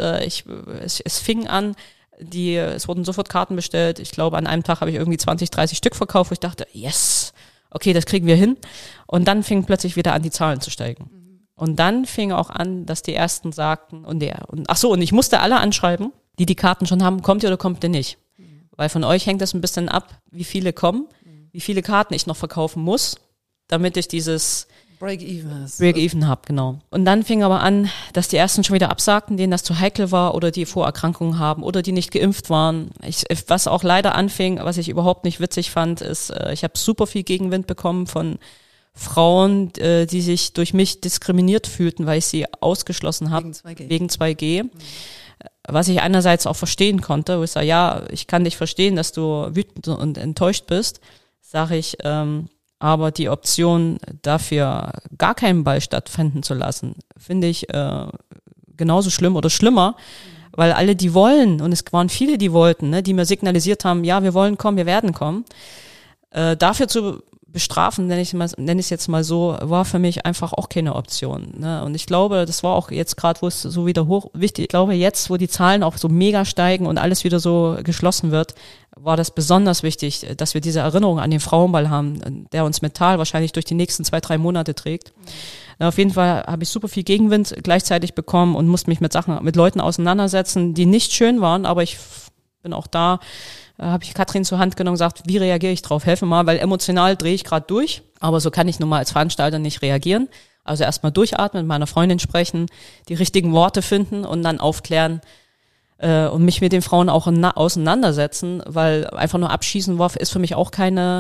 fing an, es wurden sofort Karten bestellt. Ich glaube, an einem Tag habe ich irgendwie 20, 30 Stück verkauft, wo ich dachte, yes, okay, das kriegen wir hin. Und dann fing plötzlich wieder an, die Zahlen zu steigen. Und dann fing auch an, dass die Ersten sagten, und ich musste alle anschreiben, die Karten schon haben, kommt ihr oder kommt ihr nicht? Weil von euch hängt das ein bisschen ab, wie viele kommen, wie viele Karten ich noch verkaufen muss, damit ich dieses Break-Even habe, genau. Und dann fing aber an, dass die Ersten schon wieder absagten, denen das zu heikel war oder die Vorerkrankungen haben oder die nicht geimpft waren. Was auch leider anfing, was ich überhaupt nicht witzig fand, ist, ich habe super viel Gegenwind bekommen von Frauen, die sich durch mich diskriminiert fühlten, weil ich sie ausgeschlossen habe wegen 2G. Was ich einerseits auch verstehen konnte, wo ich sage, ja, ich kann dich verstehen, dass du wütend und enttäuscht bist, sage ich, aber die Option dafür gar keinen Ball stattfinden zu lassen, finde ich genauso schlimm oder schlimmer, weil alle, die wollen, und es waren viele, die wollten, ne, die mir signalisiert haben, ja, wir wollen kommen, wir werden kommen, dafür zu bestrafen, nenne ich es jetzt mal so, war für mich einfach auch keine Option. Ne? Und ich glaube, das war auch jetzt gerade, wo es so wieder wichtig, ich glaube jetzt, wo die Zahlen auch so mega steigen und alles wieder so geschlossen wird, war das besonders wichtig, dass wir diese Erinnerung an den Frauenball haben, der uns mental wahrscheinlich durch die nächsten 2-3 Monate trägt. Auf jeden Fall habe ich super viel Gegenwind gleichzeitig bekommen und musste mich mit Leuten auseinandersetzen, die nicht schön waren, aber ich bin auch da, habe ich Katrin zur Hand genommen und gesagt, wie reagiere ich drauf? Helfe mal, weil emotional drehe ich gerade durch, aber so kann ich nun mal als Veranstalter nicht reagieren. Also erstmal durchatmen, mit meiner Freundin sprechen, die richtigen Worte finden und dann aufklären und mich mit den Frauen auch auseinandersetzen, weil einfach nur abschießen ist für mich auch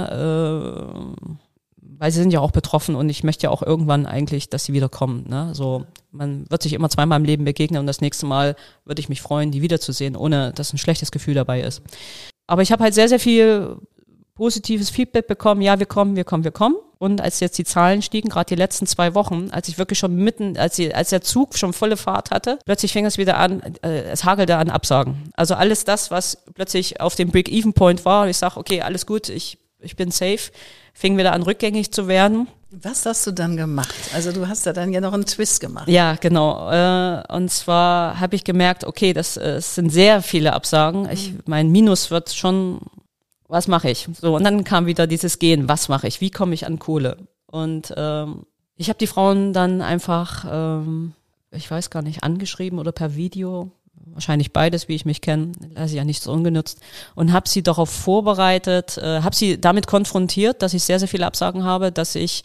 keine, weil sie sind ja auch betroffen und ich möchte ja auch irgendwann eigentlich, dass sie wiederkommen. Ne? So, man wird sich immer zweimal im Leben begegnen und das nächste Mal würde ich mich freuen, die wiederzusehen, ohne dass ein schlechtes Gefühl dabei ist. Aber ich habe halt sehr, sehr viel positives Feedback bekommen. Ja, wir kommen. Und als jetzt die Zahlen stiegen, gerade die letzten 2 Wochen, als ich wirklich schon als der Zug schon volle Fahrt hatte, plötzlich fing es wieder an, es hagelte an Absagen. Also alles das, was plötzlich auf dem Break-Even-Point war, und ich sage, okay, alles gut, ich bin safe, fing wieder an, rückgängig zu werden. Was hast du dann gemacht? Also du hast da dann ja noch einen Twist gemacht. Ja, genau. Und zwar habe ich gemerkt, okay, es sind sehr viele Absagen. Mein Minus wird schon, was mache ich? So, und dann kam wieder dieses Gehen, was mache ich? Wie komme ich an Kohle? Und ich habe die Frauen dann einfach, ich weiß gar nicht, angeschrieben oder per Video, wahrscheinlich beides, wie ich mich kenne, lasse ich ja nichts ungenutzt, und habe sie darauf vorbereitet, habe sie damit konfrontiert, dass ich sehr, sehr viele Absagen habe, dass ich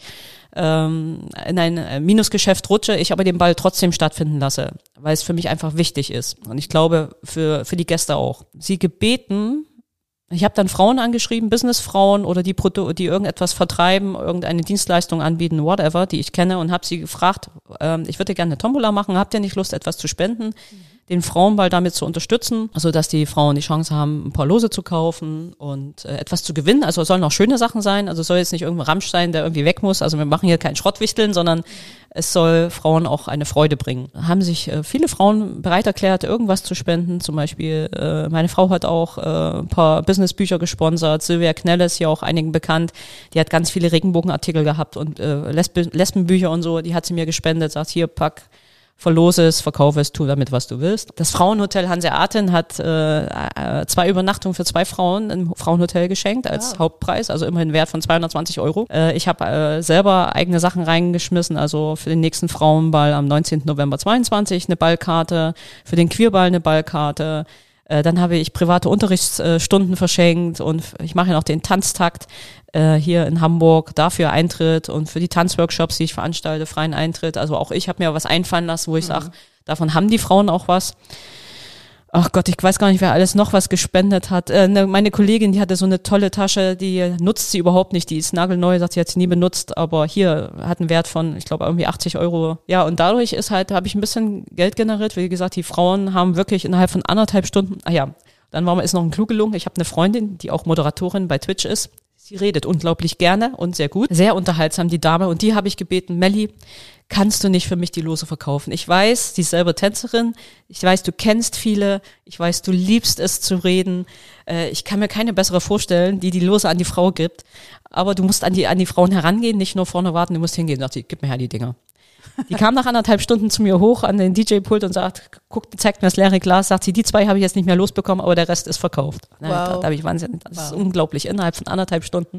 in ein Minusgeschäft rutsche, ich aber den Ball trotzdem stattfinden lasse, weil es für mich einfach wichtig ist und ich glaube für die Gäste auch. Sie gebeten, ich habe dann Frauen angeschrieben, Businessfrauen oder die irgendetwas vertreiben, irgendeine Dienstleistung anbieten, whatever, die ich kenne, und habe sie gefragt, ich würde gerne eine Tombola machen, habt ihr nicht Lust, etwas zu spenden? den Frauenball damit zu unterstützen, also dass die Frauen die Chance haben, ein paar Lose zu kaufen und etwas zu gewinnen. Also es sollen auch schöne Sachen sein, also es soll jetzt nicht irgendein Ramsch sein, der irgendwie weg muss. Also wir machen hier keinen Schrottwichteln, sondern es soll Frauen auch eine Freude bringen. Haben sich viele Frauen bereit erklärt, irgendwas zu spenden. Zum Beispiel meine Frau hat auch ein paar Businessbücher gesponsert. Silvia Knell ist ja auch einigen bekannt. Die hat ganz viele Regenbogenartikel gehabt und Lesbenbücher und so. Die hat sie mir gespendet. Sagt, hier, pack, verlose es, verkaufe es, tu damit, was du willst. Das Frauenhotel Hanseaten hat 2 Übernachtungen für 2 Frauen im Frauenhotel geschenkt als Hauptpreis, also immerhin Wert von 220 €. Ich habe selber eigene Sachen reingeschmissen, also für den nächsten Frauenball am 19. November 22 eine Ballkarte, für den Queerball eine Ballkarte. Dann habe ich private Unterrichtsstunden verschenkt und ich mache ja noch den Tanztakt hier in Hamburg, dafür Eintritt und für die Tanzworkshops, die ich veranstalte, freien Eintritt. Also auch ich habe mir was einfallen lassen, wo ich sage, davon haben die Frauen auch was. Ach Gott, ich weiß gar nicht, wer alles noch was gespendet hat. Meine Kollegin, die hatte so eine tolle Tasche, die nutzt sie überhaupt nicht, die ist nagelneu, sagt, sie hat sie nie benutzt, aber hier hat einen Wert von, ich glaube, irgendwie 80 €. Ja, und dadurch ist halt, habe ich ein bisschen Geld generiert, wie gesagt, die Frauen haben wirklich innerhalb von 1,5 Stunden, dann ist noch ein Clou gelungen. Ich habe eine Freundin, die auch Moderatorin bei Twitch ist. Sie redet unglaublich gerne und sehr gut. Sehr unterhaltsam, die Dame. Und die habe ich gebeten, Melli, kannst du nicht für mich die Lose verkaufen? Ich weiß, sie ist selber Tänzerin. Ich weiß, du kennst viele. Ich weiß, du liebst es zu reden. Ich kann mir keine bessere vorstellen, die Lose an die Frau gibt. Aber du musst an die Frauen herangehen, nicht nur vorne warten. Du musst hingehen. Sagt sie, gib mir her die Dinger. Die kam nach 1,5 Stunden zu mir hoch an den DJ-Pult und sagt, zeigt mir das leere Glas, sagt sie, die 2 habe ich jetzt nicht mehr losbekommen, aber der Rest ist verkauft. Wow. Da habe ich Wahnsinn, das ist unglaublich, innerhalb von 1,5 Stunden.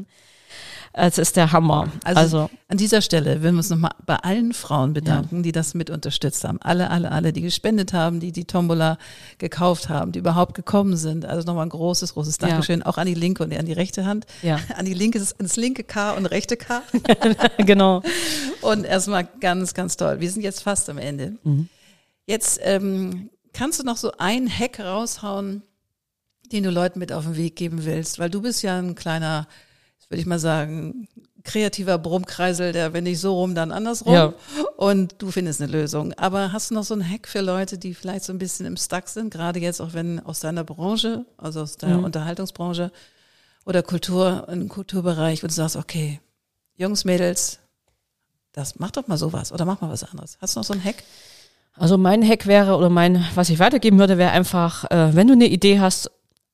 Es ist der Hammer. Also an dieser Stelle würden wir uns nochmal bei allen Frauen bedanken, die das mit unterstützt haben. Alle, die gespendet haben, die Tombola gekauft haben, die überhaupt gekommen sind. Also nochmal ein großes Dankeschön, auch an die linke und an die rechte Hand. Ja. An die linke, ins linke K und rechte K. Genau. Und erstmal ganz, ganz toll. Wir sind jetzt fast am Ende. Mhm. Jetzt kannst du noch so einen Hack raushauen, den du Leuten mit auf den Weg geben willst, weil du bist ja ein kleiner, würde ich mal sagen, kreativer Brummkreisel, der, wenn nicht so rum, dann andersrum. Ja. Und du findest eine Lösung. Aber hast du noch so einen Hack für Leute, die vielleicht so ein bisschen im Stuck sind, gerade jetzt auch wenn aus deiner Branche, also aus der Unterhaltungsbranche oder im Kulturbereich, wo du sagst, okay, Jungs, Mädels, mach doch mal sowas oder mach mal was anderes. Hast du noch so einen Hack? Also mein Hack wäre, oder was ich weitergeben würde, wäre einfach, wenn du eine Idee hast,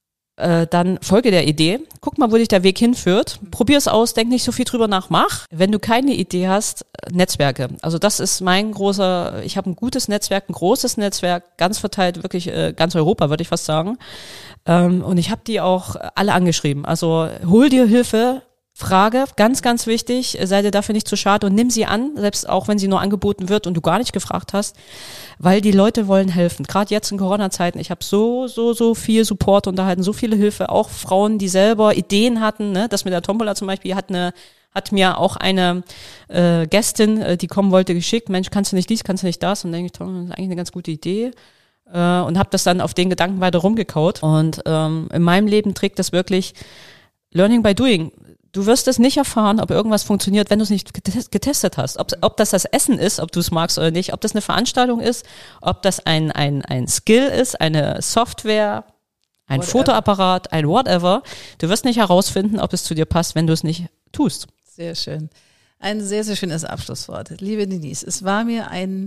dann folge der Idee. Guck mal, wo dich der Weg hinführt. Probier es aus, denk nicht so viel drüber nach, mach. Wenn du keine Idee hast, Netzwerke. Also das ist ich habe ein gutes Netzwerk, ein großes Netzwerk, ganz verteilt, wirklich ganz Europa, würde ich fast sagen. Und ich habe die auch alle angeschrieben. Also hol dir Hilfe, Frage, ganz, ganz wichtig, sei dir dafür nicht zu schade und nimm sie an, selbst auch wenn sie nur angeboten wird und du gar nicht gefragt hast, weil die Leute wollen helfen. Gerade jetzt in Corona-Zeiten, ich habe so viel Support unterhalten, so viele Hilfe, auch Frauen, die selber Ideen hatten, ne? Das mit der Tombola zum Beispiel hat mir auch eine Gästin, die kommen wollte, geschickt, Mensch, kannst du nicht dies, kannst du nicht das? Und dann denke ich, das ist eigentlich eine ganz gute Idee. Und habe das dann auf den Gedanken weiter rumgekaut. Und in meinem Leben trägt das wirklich Learning by Doing. Du wirst es nicht erfahren, ob irgendwas funktioniert, wenn du es nicht getestet hast. Ob das Essen ist, ob du es magst oder nicht, ob das eine Veranstaltung ist, ob das ein Skill ist, eine Software, ein Fotoapparat, ein whatever. Du wirst nicht herausfinden, ob es zu dir passt, wenn du es nicht tust. Sehr schön. Ein sehr, sehr schönes Abschlusswort. Liebe Denise, es war mir ein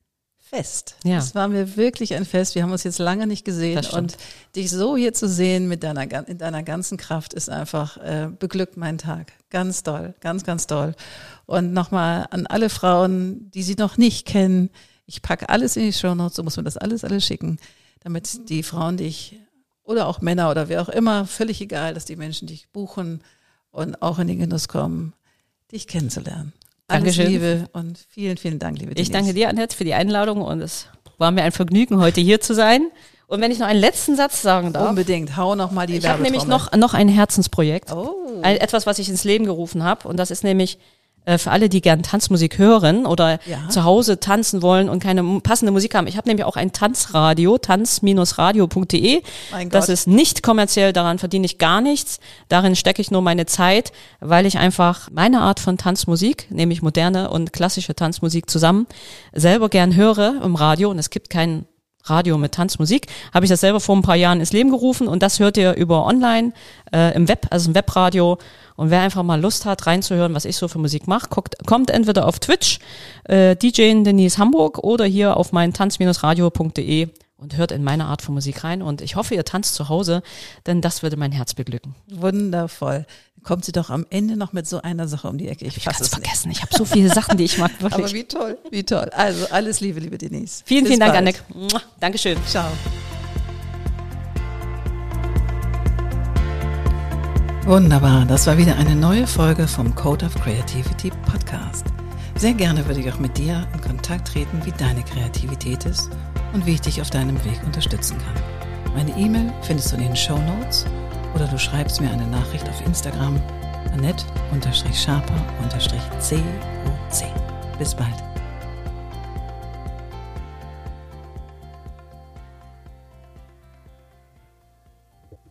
Fest. Ja. Es war mir wirklich ein Fest. Wir haben uns jetzt lange nicht gesehen und dich so hier zu sehen in deiner ganzen Kraft ist einfach beglückt meinen Tag. Ganz toll, ganz, ganz toll. Und nochmal an alle Frauen, die sie noch nicht kennen, ich packe alles in die Shownotes, so muss man das alles schicken, damit die Frauen dich oder auch Männer oder wer auch immer, völlig egal, dass die Menschen dich buchen und auch in den Genuss kommen, dich kennenzulernen. Alles Dankeschön. Liebe und vielen, vielen Dank, liebe Denise. Ich danke dir, Annette, für die Einladung und es war mir ein Vergnügen, heute hier zu sein. Und wenn ich noch einen letzten Satz sagen darf. Unbedingt, hau noch mal die Werbetrommel. Ich habe nämlich noch ein Herzensprojekt. Etwas, was ich ins Leben gerufen habe. Und das ist nämlich für alle, die gern Tanzmusik hören oder zu Hause tanzen wollen und keine passende Musik haben. Ich habe nämlich auch ein Tanzradio, tanz-radio.de. Das ist nicht kommerziell, daran verdiene ich gar nichts. Darin stecke ich nur meine Zeit, weil ich einfach meine Art von Tanzmusik, nämlich moderne und klassische Tanzmusik zusammen, selber gern höre im Radio. Und es gibt keinen Radio mit Tanzmusik, habe ich das selber vor ein paar Jahren ins Leben gerufen und das hört ihr über online im Web, also im Webradio. Und wer einfach mal Lust hat, reinzuhören, was ich so für Musik mache, kommt entweder auf Twitch, DJ Denise Hamburg oder hier auf mein tanz-radio.de und hört in meine Art von Musik rein. Und ich hoffe, ihr tanzt zu Hause, denn das würde mein Herz beglücken. Wundervoll. Kommt sie doch am Ende noch mit so einer Sache um die Ecke. Ich kann es vergessen. Ich habe so viele Sachen, die ich mag. Wirklich. Aber wie toll, wie toll. Also alles Liebe, liebe Denise. Vielen Dank, Annek. Dankeschön. Ciao. Wunderbar, das war wieder eine neue Folge vom Code of Creativity Podcast. Sehr gerne würde ich auch mit dir in Kontakt treten, wie deine Kreativität ist und wie ich dich auf deinem Weg unterstützen kann. Meine E-Mail findest du in den Shownotes oder du schreibst mir eine Nachricht auf Instagram Annette_Sharper_COC. Bis bald.